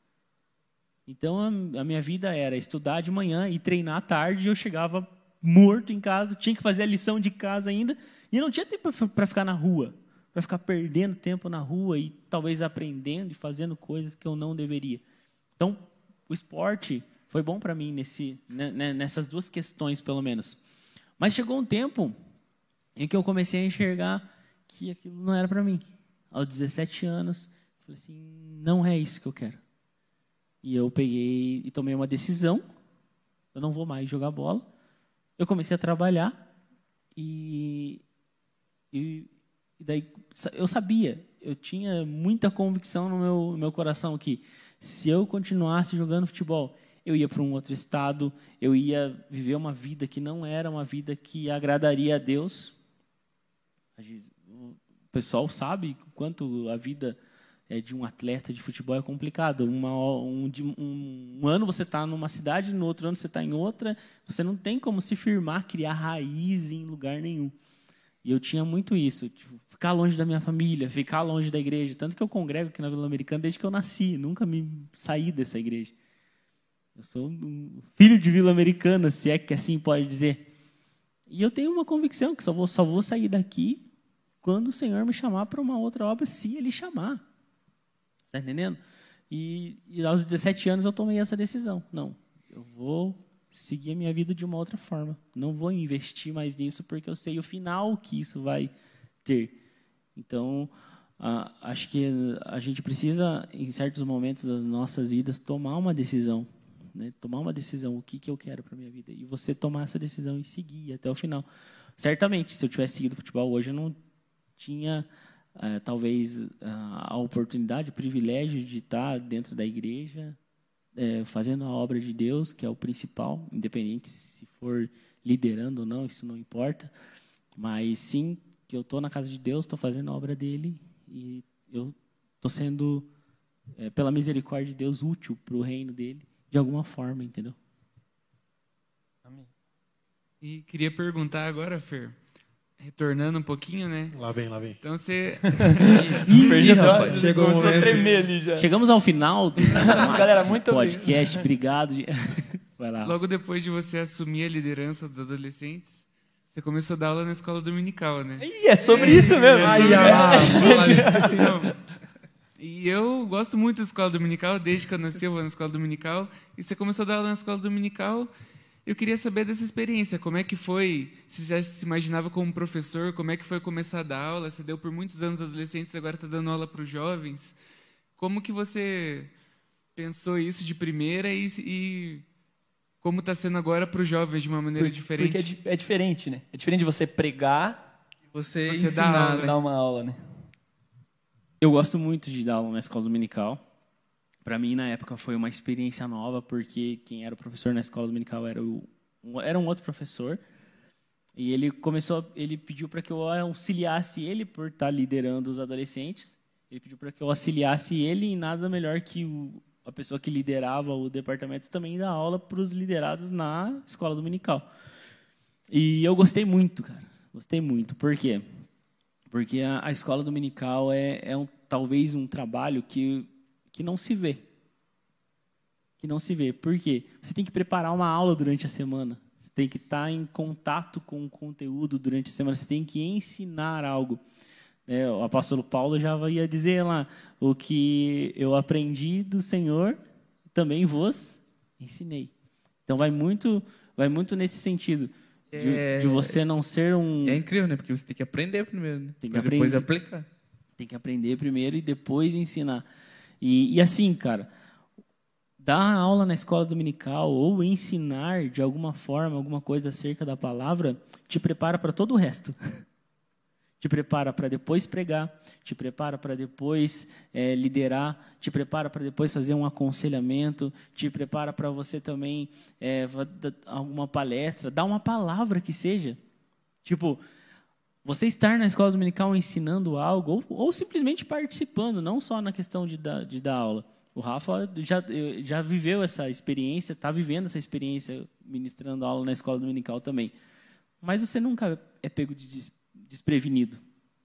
Então a, a minha vida era estudar de manhã e treinar à tarde. E eu chegava morto em casa, tinha que fazer a lição de casa ainda e não tinha tempo para ficar na rua, para ficar perdendo tempo na rua e talvez aprendendo e fazendo coisas que eu não deveria. Então o esporte foi bom para mim nesse, né, né, nessas duas questões, pelo menos. Mas chegou um tempo em que eu comecei a enxergar que aquilo não era para mim. Aos dezessete anos, eu falei assim, não é isso que eu quero. E eu peguei e tomei uma decisão, eu não vou mais jogar bola. Eu comecei a trabalhar e, e, e daí eu sabia, eu tinha muita convicção no meu, no meu coração que se eu continuasse jogando futebol, eu ia para um outro estado, eu ia viver uma vida que não era uma vida que agradaria a Deus. O pessoal sabe o quanto a vida é, de um atleta de futebol é complicado. Uma, um, um, um ano você está numa cidade, no outro ano você está em outra. Você não tem como se firmar, criar raiz em lugar nenhum. E eu tinha muito isso, tipo, ficar longe da minha família, ficar longe da igreja. Tanto que eu congrego aqui na Vila Americana desde que eu nasci, nunca me saí dessa igreja. Eu sou um filho de Vila Americana, se é que assim pode dizer. E eu tenho uma convicção que só vou, só vou sair daqui quando o Senhor me chamar para uma outra obra, se Ele chamar. Está entendendo? E, e aos dezessete anos eu tomei essa decisão. Não, eu vou seguir a minha vida de uma outra forma. Não vou investir mais nisso porque eu sei o final que isso vai ter. Então, ah, acho que a gente precisa, em certos momentos das nossas vidas, tomar uma decisão. Né? Tomar uma decisão, o que, que eu quero para a minha vida. E você tomar essa decisão e seguir até o final. Certamente, se eu tivesse seguido futebol hoje, eu não tinha... Uh, talvez uh, a oportunidade, o privilégio de estar dentro da igreja, uh, fazendo a obra de Deus, que é o principal, independente se for liderando ou não, isso não importa, mas sim que eu estou na casa de Deus, estou fazendo a obra dele e eu estou sendo, uh, pela misericórdia de Deus, útil para o reino dele, de alguma forma, entendeu? Amém. E queria perguntar agora, Fer, retornando um pouquinho, né? Lá vem, lá vem. Então você... Fer já deu- rapaz, chegou o começou a momento. tremer ali já. Chegamos ao final do Galera, muito podcast, obrigado. Vai lá. Logo depois de você assumir a liderança dos adolescentes, você começou a dar aula na escola dominical, né? Ih, é sobre isso mesmo. Ai, ai, ai. Então, e eu gosto muito da escola dominical, desde que eu nasci eu vou na escola dominical, e você começou a dar aula na escola dominical. Eu queria saber dessa experiência, como é que foi, você já se imaginava como professor, como é que foi começar a dar aula, você deu por muitos anos adolescentes, agora está dando aula para os jovens. Como que você pensou isso de primeira e, e como está sendo agora para os jovens de uma maneira Porque- diferente? Porque é, di- é diferente, né? É diferente de você pregar Você, Você dá ensinar, aula, né? dar uma aula, né? Eu gosto muito de dar aula na escola dominical. Para mim, na época, foi uma experiência nova, porque quem era o professor na escola dominical era, o, um, era um outro professor. E ele começou, ele pediu para que eu auxiliasse ele por estar liderando os adolescentes. Ele pediu para que eu auxiliasse ele e nada melhor que o, a pessoa que liderava o departamento também dar aula para os liderados na escola dominical. E eu gostei muito, cara. Gostei muito. Por quê? Porque a, a escola dominical é, é um, talvez um trabalho que, que não se vê. Que não se vê. Por quê? Você tem que preparar uma aula durante a semana. Você tem que estar em contato com o conteúdo durante a semana. Você tem que ensinar algo. É, o apóstolo Paulo já ia dizer lá, o que eu aprendi do Senhor, também vos ensinei. Então vai muito, vai muito nesse sentido, de, É, de você não ser um... É incrível, né? Porque você tem que aprender primeiro, né? Tem que Pra depois aprender. aplicar. Tem que aprender primeiro e depois ensinar. E, e assim, cara, dar aula na escola dominical ou ensinar de alguma forma alguma coisa acerca da palavra te prepara para todo o resto. Te prepara para depois pregar, te prepara para depois é, liderar, te prepara para depois fazer um aconselhamento, te prepara para você também é, dar alguma palestra, dar uma palavra que seja. Tipo, você estar na escola dominical ensinando algo ou, ou simplesmente participando, não só na questão de dar, de dar aula. O Rafa já, já viveu essa experiência, está vivendo essa experiência ministrando aula na escola dominical também. Mas você nunca é pego de des, desprevenido.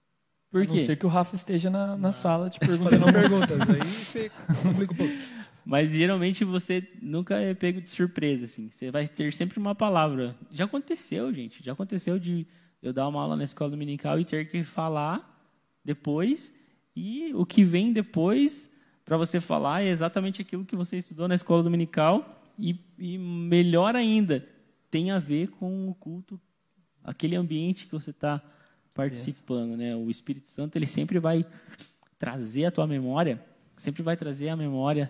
Por A quê? não ser que o Rafa esteja na, na sala te perguntando. Fazendo perguntas, aí você complica um pouco. Mas geralmente você nunca é pego de surpresa, assim. Você vai ter sempre uma palavra. Já aconteceu, gente. Já aconteceu de eu dar uma aula na escola dominical e ter que falar depois. E o que vem depois para você falar é exatamente aquilo que você estudou na escola dominical. E, e melhor ainda, tem a ver com o culto, aquele ambiente que você está participando, né? O Espírito Santo, ele sempre vai trazer a tua memória, sempre vai trazer a memória,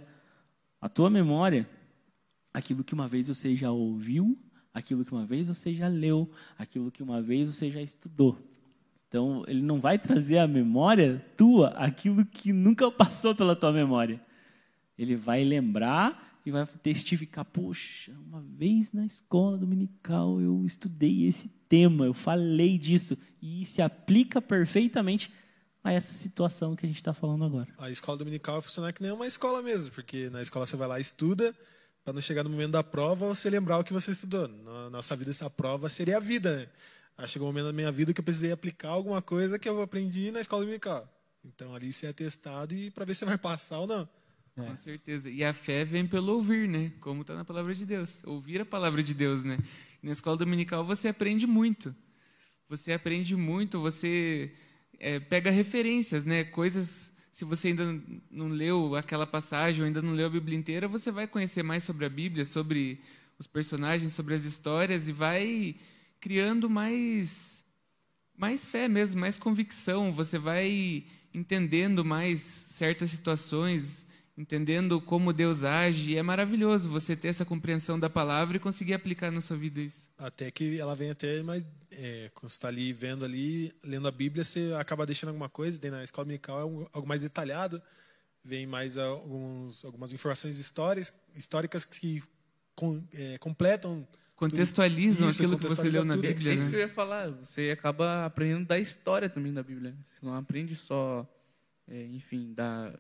a tua memória, aquilo que uma vez você já ouviu, aquilo que uma vez você já leu, aquilo que uma vez você já estudou. Então, ele não vai trazer a memória tua, aquilo que nunca passou pela tua memória. Ele vai lembrar e vai testificar, poxa, uma vez na escola dominical eu estudei esse tema, eu falei disso, e se aplica perfeitamente a essa situação que a gente está falando agora. A escola dominical vai funcionar que nem uma escola mesmo, porque na escola você vai lá e estuda, para não chegar no momento da prova você lembrar o que você estudou. Na nossa vida, essa prova seria a vida, né? Aí chegou um momento da minha vida que eu precisei aplicar alguma coisa que eu aprendi na escola dominical. Então ali você é testado e para ver se vai passar ou não. É. Com certeza. E a fé vem pelo ouvir, né? Como está na palavra de Deus. Ouvir a palavra de Deus, né? E na escola dominical você aprende muito. Você aprende muito, você é, pega referências, né? Coisas, se você ainda não leu aquela passagem ou ainda não leu a Bíblia inteira, você vai conhecer mais sobre a Bíblia, sobre os personagens, sobre as histórias e vai criando mais, mais fé mesmo, mais convicção. Você vai entendendo mais certas situações, entendendo como Deus age, e é maravilhoso você ter essa compreensão da palavra e conseguir aplicar na sua vida isso. Até que ela vem até mais, é, quando você está ali vendo ali, lendo a Bíblia, você acaba deixando alguma coisa, daí na escola dominical é um, algo mais detalhado, vem mais alguns, algumas informações históricas, históricas que com, é, completam, contextualizam isso, aquilo que você leu na tudo. Bíblia, É isso que eu né? ia falar. Você acaba aprendendo da história também da Bíblia. Você não aprende só, é, enfim, da...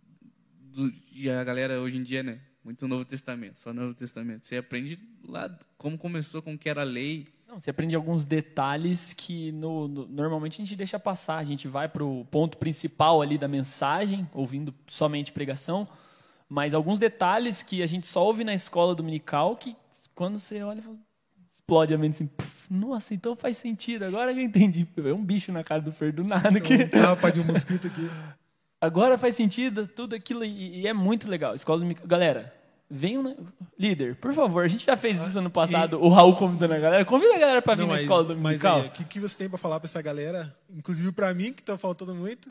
Do, e a galera hoje em dia, né? Muito Novo Testamento, só Novo Testamento. Você aprende lá como começou, como que era a lei. Não, você aprende alguns detalhes que no, no, normalmente a gente deixa passar. A gente vai para o ponto principal ali da mensagem, ouvindo somente pregação, mas alguns detalhes que a gente só ouve na escola dominical que quando você olha, explode a mente assim, puf, nossa, então faz sentido, agora eu entendi. É um bicho na cara do Fer do nada. Então, Que... tapa de um mosquito aqui. Agora faz sentido tudo aquilo e, e é muito legal. Escola dominical. Galera, venham, né? Líder, por favor, a gente já fez isso ano passado, e... o Raul convidando a galera. Convida a galera para vir Não, na mas, escola dominical. Mas aí, o que, que você tem para falar para essa galera, inclusive para mim, que tá faltando muito,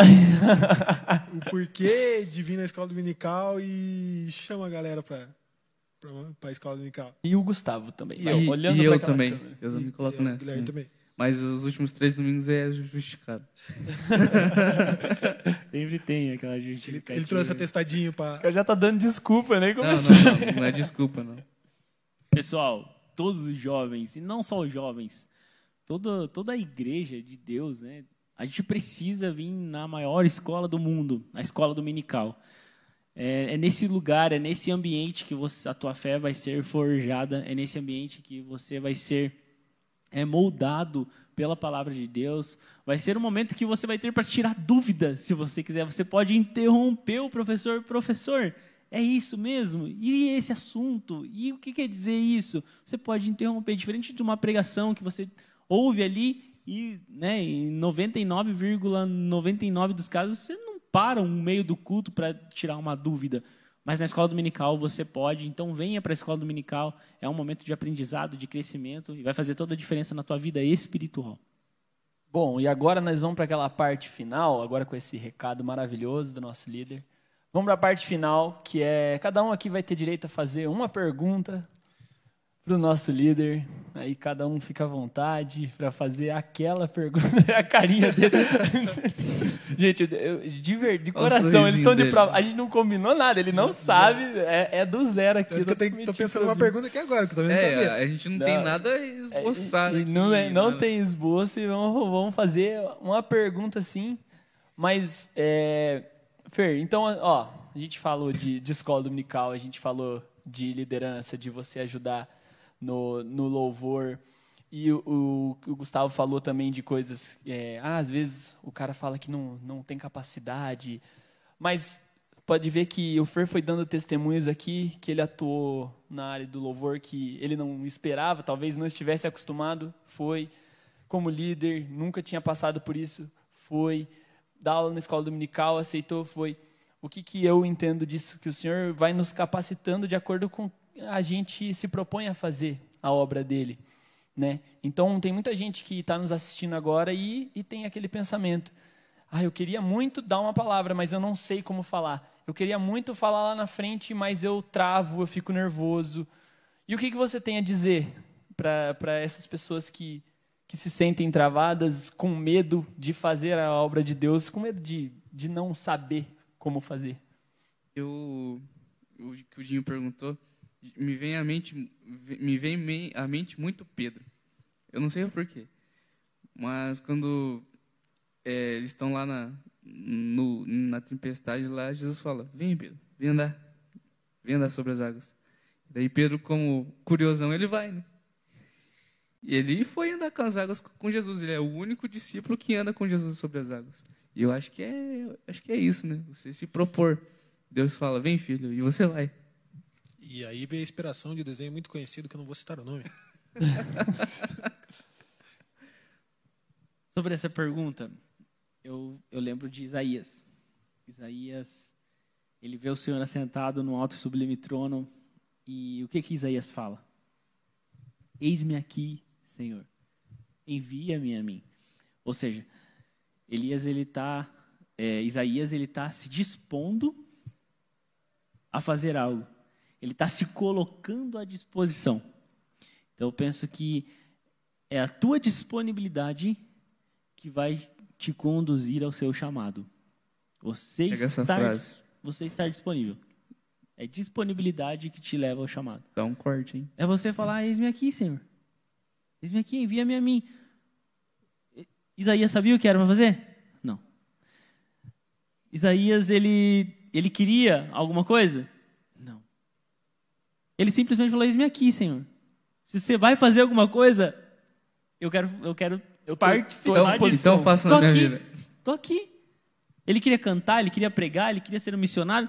o porquê de vir na escola dominical e chama a galera para a escola dominical. E o Gustavo também. E Vai, eu, olhando e pra eu aquela também. câmera. Eu me coloco e, nessa. Guilherme né? também. Mas os últimos três domingos é justificado. Sempre tem aquela Ele, justificativa. ele trouxe atestadinho para... Eu já tá dando desculpa, né? Não, Começou. não, não, não é desculpa, não. Pessoal, todos os jovens, e não só os jovens, toda, toda a igreja de Deus, né? A gente precisa vir na maior escola do mundo, a escola dominical. É, é nesse lugar, é nesse ambiente que você, a tua fé vai ser forjada, é nesse ambiente que você vai ser é moldado pela palavra de Deus. Vai ser um momento que você vai ter para tirar dúvidas, se você quiser. Você pode interromper o professor. Professor, é isso mesmo? E esse assunto? E o que quer dizer isso? Você pode interromper, diferente de uma pregação que você ouve ali e, né, em noventa e nove vírgula noventa e nove dos casos, você não para no meio do culto para tirar uma dúvida. Mas na escola dominical você pode, então venha para a escola dominical, é um momento de aprendizado, de crescimento, e vai fazer toda a diferença na tua vida espiritual. Bom, e agora nós vamos para aquela parte final, agora com esse recado maravilhoso do nosso líder. Vamos para a parte final, que é, cada um aqui vai ter direito a fazer uma pergunta para o nosso líder, aí cada um fica à vontade para fazer aquela pergunta, a carinha dele. Gente, eu, de, ver, de coração, eles estão de prova. A gente não combinou nada, ele não sabe, é, é do zero aqui. Eu estou pensando numa pergunta aqui agora, que eu também não é, sabia. A gente não, não tem nada esboçado. É, aqui, não é, não mano. tem esboço e vamos, vamos fazer uma pergunta assim, mas, é, Fer, então, ó, a gente falou de, de escola dominical, a gente falou de liderança, de você ajudar no, no louvor. E o, o, o Gustavo falou também de coisas... É, ah, às vezes o cara fala que não, não tem capacidade. Mas pode ver que o Fer foi dando testemunhos aqui, que ele atuou na área do louvor, que ele não esperava, talvez não estivesse acostumado. Foi. Como líder, nunca tinha passado por isso. Foi. Dá aula na escola dominical, aceitou, foi. O que, que eu entendo disso? Que o Senhor vai nos capacitando de acordo com a gente se propõe a fazer a obra dele, né? Então, tem muita gente que está nos assistindo agora e, e tem aquele pensamento, ah, eu queria muito dar uma palavra, mas eu não sei como falar. Eu queria muito falar lá na frente, mas eu travo, eu fico nervoso. E o que, que você tem a dizer para essas pessoas que, que se sentem travadas, com medo de fazer a obra de Deus, com medo de, de não saber como fazer? Eu, o que o Dinho perguntou, me vem à mente, me vem à mente muito Pedro. Eu não sei o porquê, mas quando é, eles estão lá na, no, na tempestade, lá Jesus fala, vem Pedro, vem andar, vem andar sobre as águas. Daí Pedro, como curiosão, ele vai, né? E ele foi andar com as águas com Jesus, ele é o único discípulo que anda com Jesus sobre as águas. E eu acho que é, acho que é isso, né? Você se propor. Deus fala, vem filho, e você vai. E aí veio a inspiração de um desenho muito conhecido, que eu não vou citar o nome. Sobre essa pergunta, eu, eu lembro de Isaías. Isaías, ele vê o Senhor assentado no alto e sublime trono, e o que que Isaías fala? Eis-me aqui, Senhor, envia-me a mim. Ou seja, Elias, ele tá, é, Isaías ele está se dispondo a fazer algo. Ele está se colocando à disposição. Então, eu penso que é a tua disponibilidade que vai te conduzir ao seu chamado. Você Pega essa estar, frase. você estar disponível. É disponibilidade que te leva ao chamado. Dá um corte, hein? É você falar, eis-me aqui, Senhor. Eis-me aqui, envia-me a mim. Isaías sabia o que era para fazer? Não. Isaías, ele, ele queria alguma coisa? Não. Ele simplesmente falou, eis-me aqui, Senhor. Se você vai fazer alguma coisa, eu quero, eu quero eu participar então, disso. Então faça na minha aqui, vida. Estou aqui. Ele queria cantar, ele queria pregar, ele queria ser um missionário.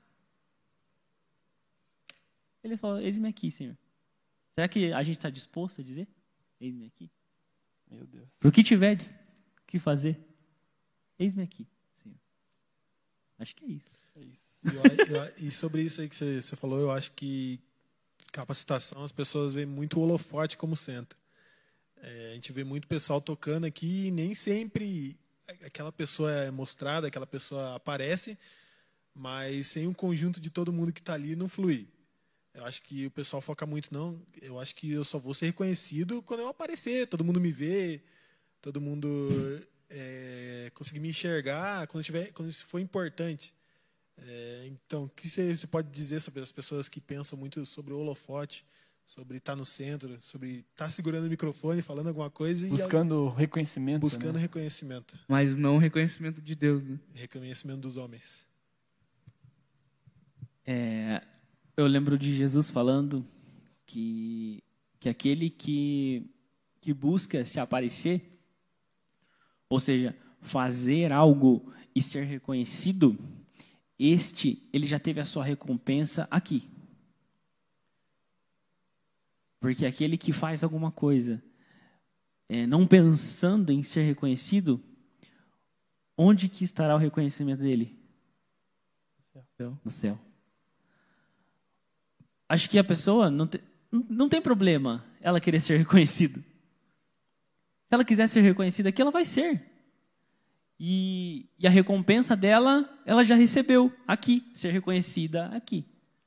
Ele falou, eis-me aqui, Senhor. Será que a gente está disposto a dizer? Eis-me aqui. Meu Deus. Para o que tiver que fazer, eis-me aqui, Senhor. Acho que é isso. É isso. E, eu, eu, e sobre isso aí que você, você falou, eu acho que capacitação, as pessoas veem muito o holofote como centro. É, a gente vê muito pessoal tocando aqui e nem sempre aquela pessoa é mostrada, aquela pessoa aparece, mas sem o conjunto de todo mundo que está ali não flui. Eu acho que o pessoal foca muito, não, eu acho que eu só vou ser reconhecido quando eu aparecer, todo mundo me vê, todo mundo é, conseguir me enxergar, quando, tiver, quando isso for importante. É, então, o que você, você pode dizer sobre as pessoas que pensam muito sobre o holofote, sobre estar no centro, sobre estar segurando o microfone, falando alguma coisa buscando e reconhecimento, buscando né? reconhecimento, mas não o reconhecimento de Deus, né? reconhecimento dos homens. É, eu lembro de Jesus falando que, que aquele que, que busca se aparecer, ou seja, fazer algo e ser reconhecido, este, ele já teve a sua recompensa aqui. Porque aquele que faz alguma coisa, é, não pensando em ser reconhecido, onde que estará o reconhecimento dele? No céu. No céu. Acho que a pessoa não, te, não tem problema ela querer ser reconhecida. Se ela quiser ser reconhecida aqui, ela vai ser. E, e a recompensa dela, ela já recebeu aqui, ser reconhecida aqui.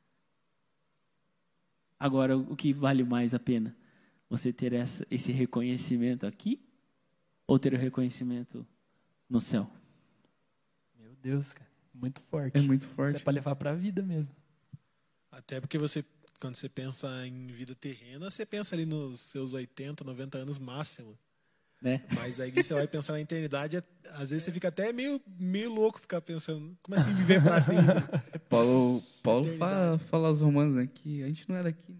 Agora, o que vale mais a pena? Você ter essa, esse reconhecimento aqui ou ter o reconhecimento no céu? Meu Deus, cara. Muito forte. É muito forte. Isso é para levar para a vida mesmo. Até porque você, quando você pensa em vida terrena, você pensa ali nos seus oitenta, noventa anos máximo. Né? Mas aí você vai pensar na eternidade, às vezes você fica até meio, meio louco ficar pensando, como assim viver para sempre? Paulo, Paulo Eternidade. fala, fala aos romanos, né, que a gente não é daqui.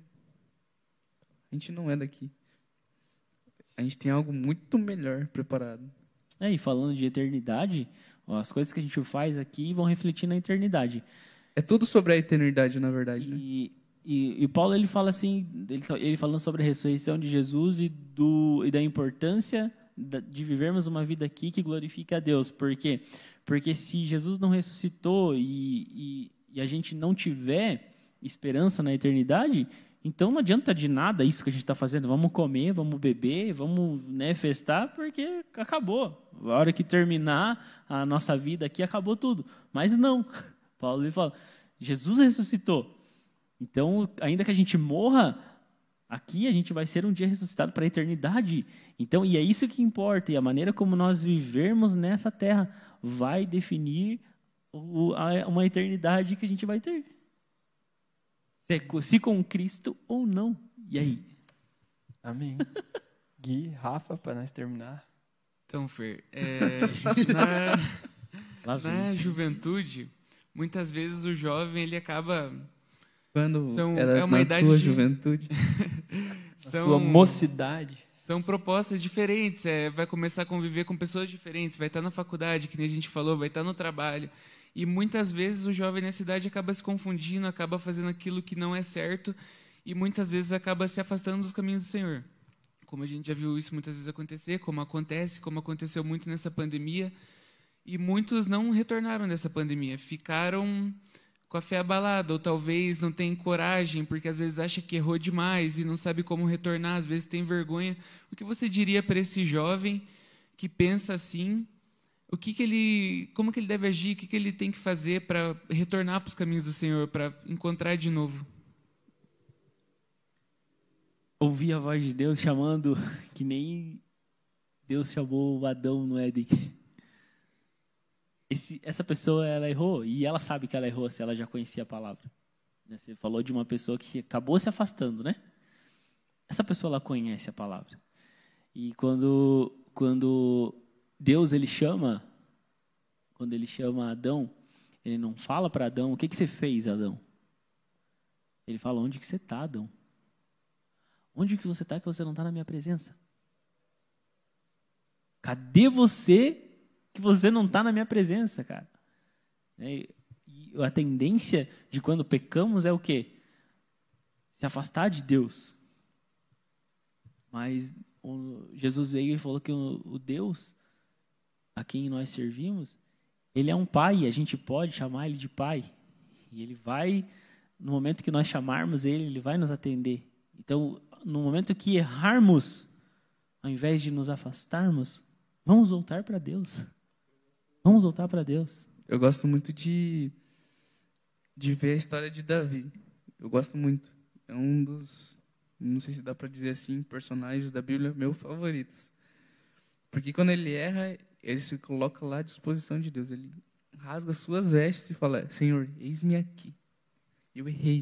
A gente não é daqui. A gente tem algo muito melhor preparado. É, e falando de eternidade, ó, as coisas que a gente faz aqui vão refletir na eternidade. É tudo sobre a eternidade, na verdade, né? E, e, e Paulo ele fala assim, ele, ele falando sobre a ressurreição de Jesus e, do, e da importância da, de vivermos uma vida aqui que glorifique a Deus. Por quê? Porque se Jesus não ressuscitou e, e, e a gente não tiver esperança na eternidade, então não adianta de nada isso que a gente está fazendo. Vamos comer, vamos beber, vamos, né, festar, porque acabou. A hora que terminar a nossa vida aqui, acabou tudo. Mas não. Paulo ele fala, Jesus ressuscitou. Então, ainda que a gente morra, aqui a gente vai ser um dia ressuscitado para a eternidade. Então, e é isso que importa. E a maneira como nós vivermos nessa terra vai definir o, a, uma eternidade que a gente vai ter. Se, se com Cristo ou não. E aí? Amém. Gui, Rafa, para nós terminar. Então, Fer, é, na, Lá vem. na juventude, muitas vezes o jovem ele acaba Quando São- era é uma na idade tua de- juventude. A sua mocidade. São propostas diferentes, é, vai começar a conviver com pessoas diferentes, vai estar na faculdade, que nem a gente falou, vai estar no trabalho. E muitas vezes o jovem nessa idade acaba se confundindo, acaba fazendo aquilo que não é certo e muitas vezes acaba se afastando dos caminhos do Senhor. Como a gente já viu isso muitas vezes acontecer, como acontece, como aconteceu muito nessa pandemia. E muitos não retornaram dessa pandemia, ficaram com a fé abalada, ou talvez não têm coragem, porque às vezes acha que errou demais e não sabe como retornar, às vezes tem vergonha. O que você diria para esse jovem que pensa assim? O que que ele, como que ele deve agir? O que que ele tem que fazer para retornar para os caminhos do Senhor, para encontrar de novo? Ouvir a voz de Deus chamando, que nem Deus chamou Adão no Éden. Esse, essa pessoa, ela errou, e ela sabe que ela errou se ela já conhecia a palavra. Você falou de uma pessoa que acabou se afastando, né? Essa pessoa, ela conhece a palavra. E quando, quando Deus, ele chama, quando ele chama Adão, ele não fala para Adão, o que, que você fez, Adão? Ele fala, onde que você está, Adão? Onde que você está que você não está na minha presença? Cadê você que você não está na minha presença, cara? E a tendência de quando pecamos é o quê? Se afastar de Deus. Mas o Jesus veio e falou que o, o Deus a quem nós servimos, ele é um pai, a gente pode chamar ele de pai. E ele vai, no momento que nós chamarmos ele, ele vai nos atender. Então, no momento que errarmos, ao invés de nos afastarmos, vamos voltar para Deus. Vamos voltar para Deus. Eu gosto muito de, de ver a história de Davi. Eu gosto muito. É um dos, não sei se dá para dizer assim, personagens da Bíblia meus favoritos. Porque quando ele erra, ele se coloca lá à disposição de Deus. Ele rasga suas vestes e fala, Senhor, eis-me aqui. Eu errei.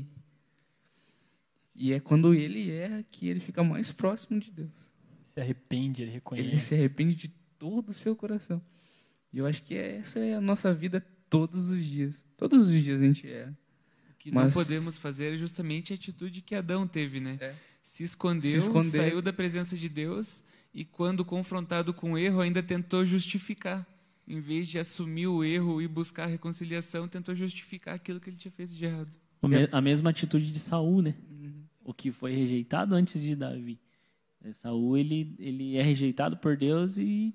E é quando ele erra que ele fica mais próximo de Deus. Se arrepende, ele reconhece. Ele se arrepende de todo o seu coração. E eu acho que essa é a nossa vida todos os dias. Todos os dias a gente erra. O que Mas- não podemos fazer é justamente a atitude que Adão teve, né? É. Se escondeu, Se escondeu. saiu da presença de Deus e, quando confrontado com o erro, ainda tentou justificar. Em vez de assumir o erro e buscar a reconciliação, tentou justificar aquilo que ele tinha feito de errado. O me- A mesma atitude de Saul, né? O que foi rejeitado antes de Davi. É, Saul, ele, ele é rejeitado por Deus e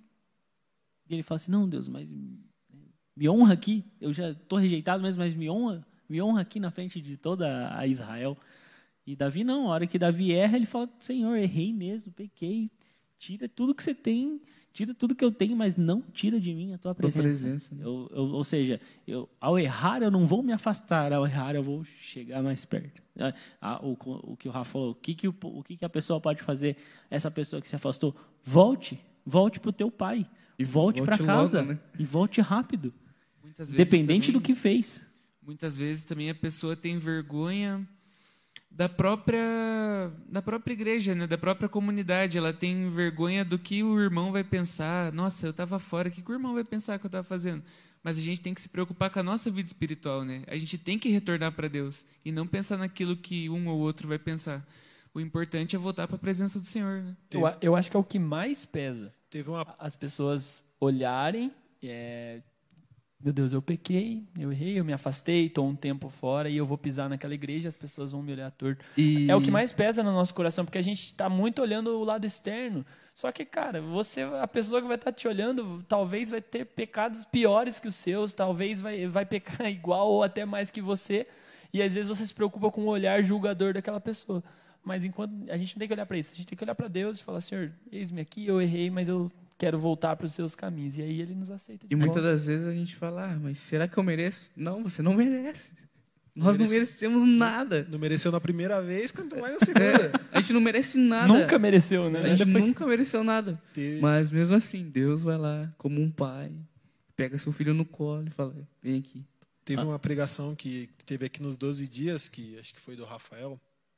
ele fala assim, não, Deus, mas me honra aqui. Eu já estou rejeitado mesmo, mas me honra, me honra aqui na frente de toda a Israel. E Davi não, a hora que Davi erra, ele fala, Senhor, errei mesmo, pequei. Tira tudo que você tem, tira tudo que eu tenho, mas não tira de mim a tua presença. presença, né? Eu, eu, ou seja, eu, ao errar, eu não vou me afastar, ao errar, eu vou chegar mais perto. Ah, ah, o, o que o Rafa falou, o que, que, o, o que, que a pessoa pode fazer? Essa pessoa que se afastou, volte, volte para o teu pai, e volte, volte para casa, logo, né? e volte rápido, Muitas vezes independente também- do que fez. Muitas vezes também a pessoa tem vergonha da própria da própria igreja, né? Da própria comunidade. Ela tem vergonha do que o irmão vai pensar. Nossa, eu estava fora, o que, que o irmão vai pensar que eu estava fazendo? Mas a gente tem que se preocupar com a nossa vida espiritual, né? A gente tem que retornar para Deus e não pensar naquilo que um ou outro vai pensar. O importante é voltar para a presença do Senhor, né? Eu, a- eu acho que é o que mais pesa. Teve uma. As pessoas olharem, é, meu Deus, eu pequei, eu errei, eu me afastei, estou um tempo fora e eu vou pisar naquela igreja, as pessoas vão me olhar torto. E- É o que mais pesa no nosso coração, porque a gente está muito olhando o lado externo. Só que, cara, você, a pessoa que vai estar te olhando, talvez vai ter pecados piores que os seus, talvez vai, vai pecar igual ou até mais que você, e às vezes você se preocupa com o olhar julgador daquela pessoa. Mas enquanto a gente não tem que olhar para isso, a gente tem que olhar para Deus e falar, Senhor, eis-me aqui, eu errei, mas eu quero voltar para os seus caminhos. E aí ele nos aceita de E volta. muitas das vezes a gente fala, ah, mas será que eu mereço? Não, você não merece. Nós não merece. merecemos nada. Não mereceu na primeira vez, quanto mais na segunda. A gente não merece nada. Nunca mereceu, né? A gente Depois- nunca mereceu nada. Teve- Mas mesmo assim, Deus vai lá, como um pai, pega seu filho no colo e fala, vem aqui. Teve uma pregação que teve aqui nos doze dias, que acho que foi do Rafael,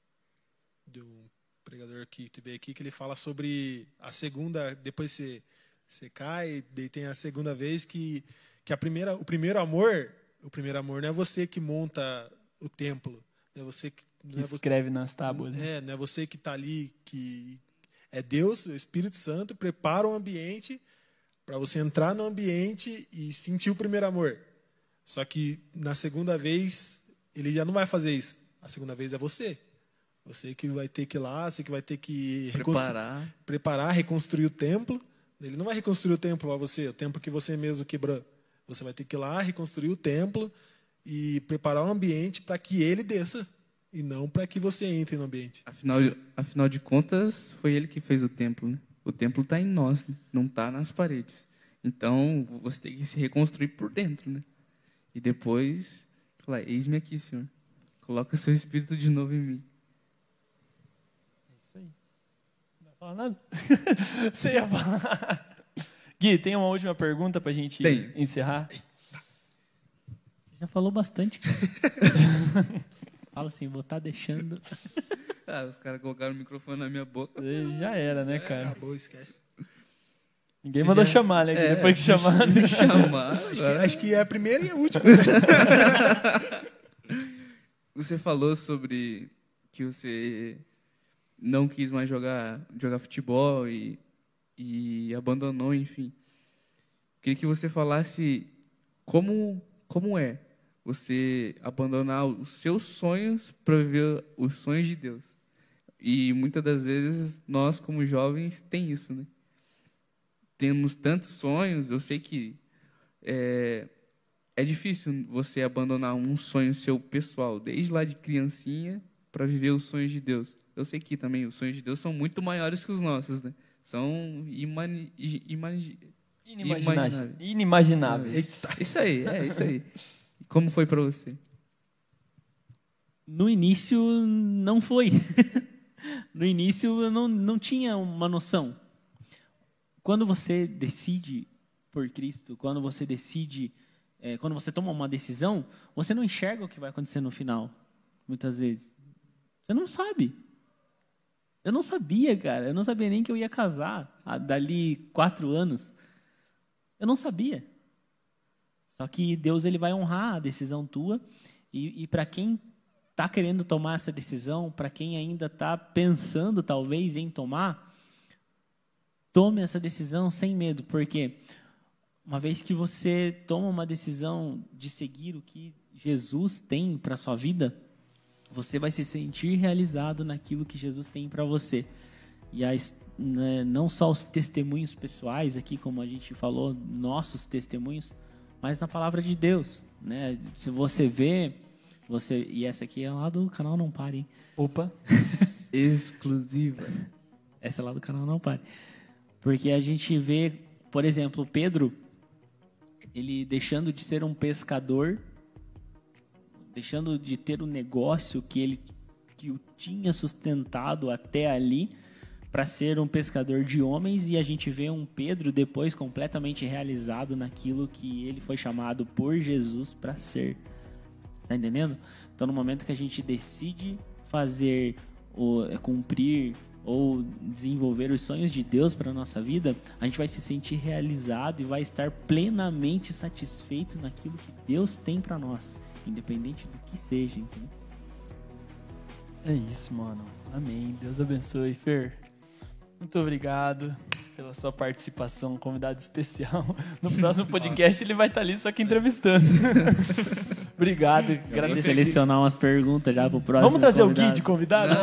de um pregador que teve aqui, que ele fala sobre a segunda, depois você, você cai, daí tem a segunda vez que, que a primeira, o primeiro amor, o primeiro amor não é você que monta o templo, não é você que, não é você, escreve nas tábuas. né? é, não é você que está ali, que é Deus, o Espírito Santo, prepara o ambiente para você entrar no ambiente e sentir o primeiro amor. Só que na segunda vez, ele já não vai fazer isso. A segunda vez é você. Você que vai ter que ir lá, você que vai ter que reconstru- Preparar. preparar, reconstruir o templo. Ele não vai reconstruir o templo para você, o templo que você mesmo quebrou. Você vai ter que ir lá, reconstruir o templo e preparar o ambiente para que ele desça e não para que você entre no ambiente. Afinal, afinal de contas, foi ele que fez o templo, né? O templo está em nós, né? Não está nas paredes. Então, você tem que se reconstruir por dentro, né? E depois, falar, eis-me aqui, Senhor. Coloca seu espírito de novo em mim. Isso aí. Não vai falar nada? Você ia falar. Gui, tem uma última pergunta pra gente Tem. encerrar? Você já falou bastante. cara. Fala assim, vou estar deixando. Ah, os caras colocaram o microfone na minha boca. Já era, né, cara? Acabou, esquece. Ninguém mandou já- chamar, né? Gui? É, Depois que chamaram. Me chamar. Acho que, acho que é a primeira e a última. Você falou sobre que você não quis mais jogar, jogar futebol e, e abandonou, enfim. Queria que você falasse como, como é você abandonar os seus sonhos para viver os sonhos de Deus. E muitas das vezes nós, como jovens, tem isso, né? Temos tantos sonhos, eu sei que é, é difícil você abandonar um sonho seu pessoal, desde lá de criancinha, para viver os sonhos de Deus. Eu sei que também os sonhos de Deus são muito maiores que os nossos, né? São imani, imani, Inimagináveis. Inimagináveis. Isso aí, é isso aí. Como foi para você? No início, não foi. No início, eu não, não tinha uma noção. Quando você decide por Cristo, quando você decide, é, quando você toma uma decisão, você não enxerga o que vai acontecer no final, muitas vezes. Você não sabe. Eu não sabia, cara. Eu não sabia nem que eu ia casar ah, dali quatro anos. Eu não sabia. Só que Deus ele vai honrar a decisão tua. E, e para quem está querendo tomar essa decisão, para quem ainda está pensando talvez em tomar, tome essa decisão sem medo, porque uma vez que você toma uma decisão de seguir o que Jesus tem para a sua vida, você vai se sentir realizado naquilo que Jesus tem para você. E as, né, não só os testemunhos pessoais aqui, como a gente falou, nossos testemunhos, mas na palavra de Deus. Né? Se você vê, você, e essa aqui é lá do canal Não Pare, hein? Opa! Exclusiva. Essa é lá do canal Não Pare. Porque a gente vê, por exemplo, Pedro, ele deixando de ser um pescador, deixando de ter um negócio que ele que o tinha sustentado até ali, para ser um pescador de homens, e a gente vê um Pedro depois completamente realizado naquilo que ele foi chamado por Jesus para ser. Está entendendo? Então, no momento que a gente decide fazer, ou cumprir ou desenvolver os sonhos de Deus para a nossa vida, a gente vai se sentir realizado e vai estar plenamente satisfeito naquilo que Deus tem para nós, independente do que seja, entendeu? É isso, mano. Amém. Deus abençoe, Fer. Muito obrigado pela sua participação, convidado especial. No próximo podcast ele vai estar ali só que entrevistando. Obrigado. Agradeço. Selecionar umas perguntas já pro próximo. Vamos trazer convidado. o Gui de convidado?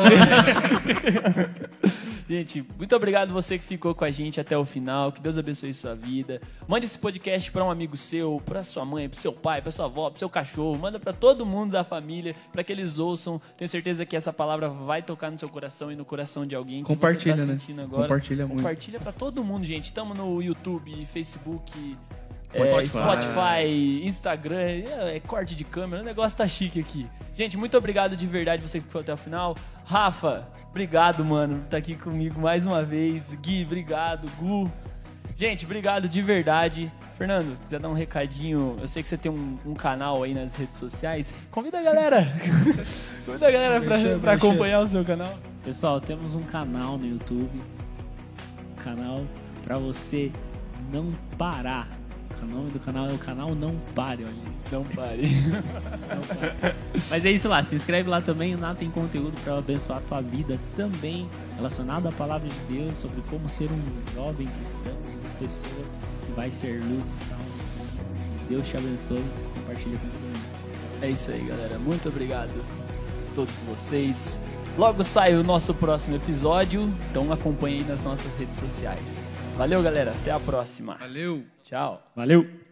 Gente, muito obrigado você que ficou com a gente até o final. Que Deus abençoe sua vida. Mande esse podcast para um amigo seu, para sua mãe, para seu pai, para sua avó, para seu cachorro. Manda para todo mundo da família, para que eles ouçam. Tenho certeza que essa palavra vai tocar no seu coração e no coração de alguém que Compartilha, você tá né? sentindo agora. Compartilha muito. Compartilha para todo mundo, gente. Estamos no YouTube, Facebook, é, Spotify. Spotify, Instagram. É, é corte de câmera. O negócio tá chique aqui. Gente, muito obrigado de verdade você que ficou até o final. Rafa, obrigado, mano, por estar aqui comigo mais uma vez. Gui, obrigado. Gu. Gente, obrigado de verdade. Fernando, quiser dar um recadinho, eu sei que você tem um, um canal aí nas redes sociais. Convida a galera. Convida a galera pra, Mexer, pra mexer. acompanhar o seu canal. Pessoal, temos um canal no YouTube, um canal para você não parar. O nome do canal é o canal Não Pare, olha. Não pare. Não pare. Mas é isso lá, se inscreve lá também, lá tem conteúdo para abençoar a tua vida também, relacionado à palavra de Deus, sobre como ser um jovem cristão, uma pessoa que vai ser luz e sal. Deus te abençoe, compartilha com todo mundo. É isso aí, galera. Muito obrigado a todos vocês. Logo sai o nosso próximo episódio, então acompanhe aí nas nossas redes sociais. Valeu, galera. Até a próxima. Valeu! Tchau. Valeu!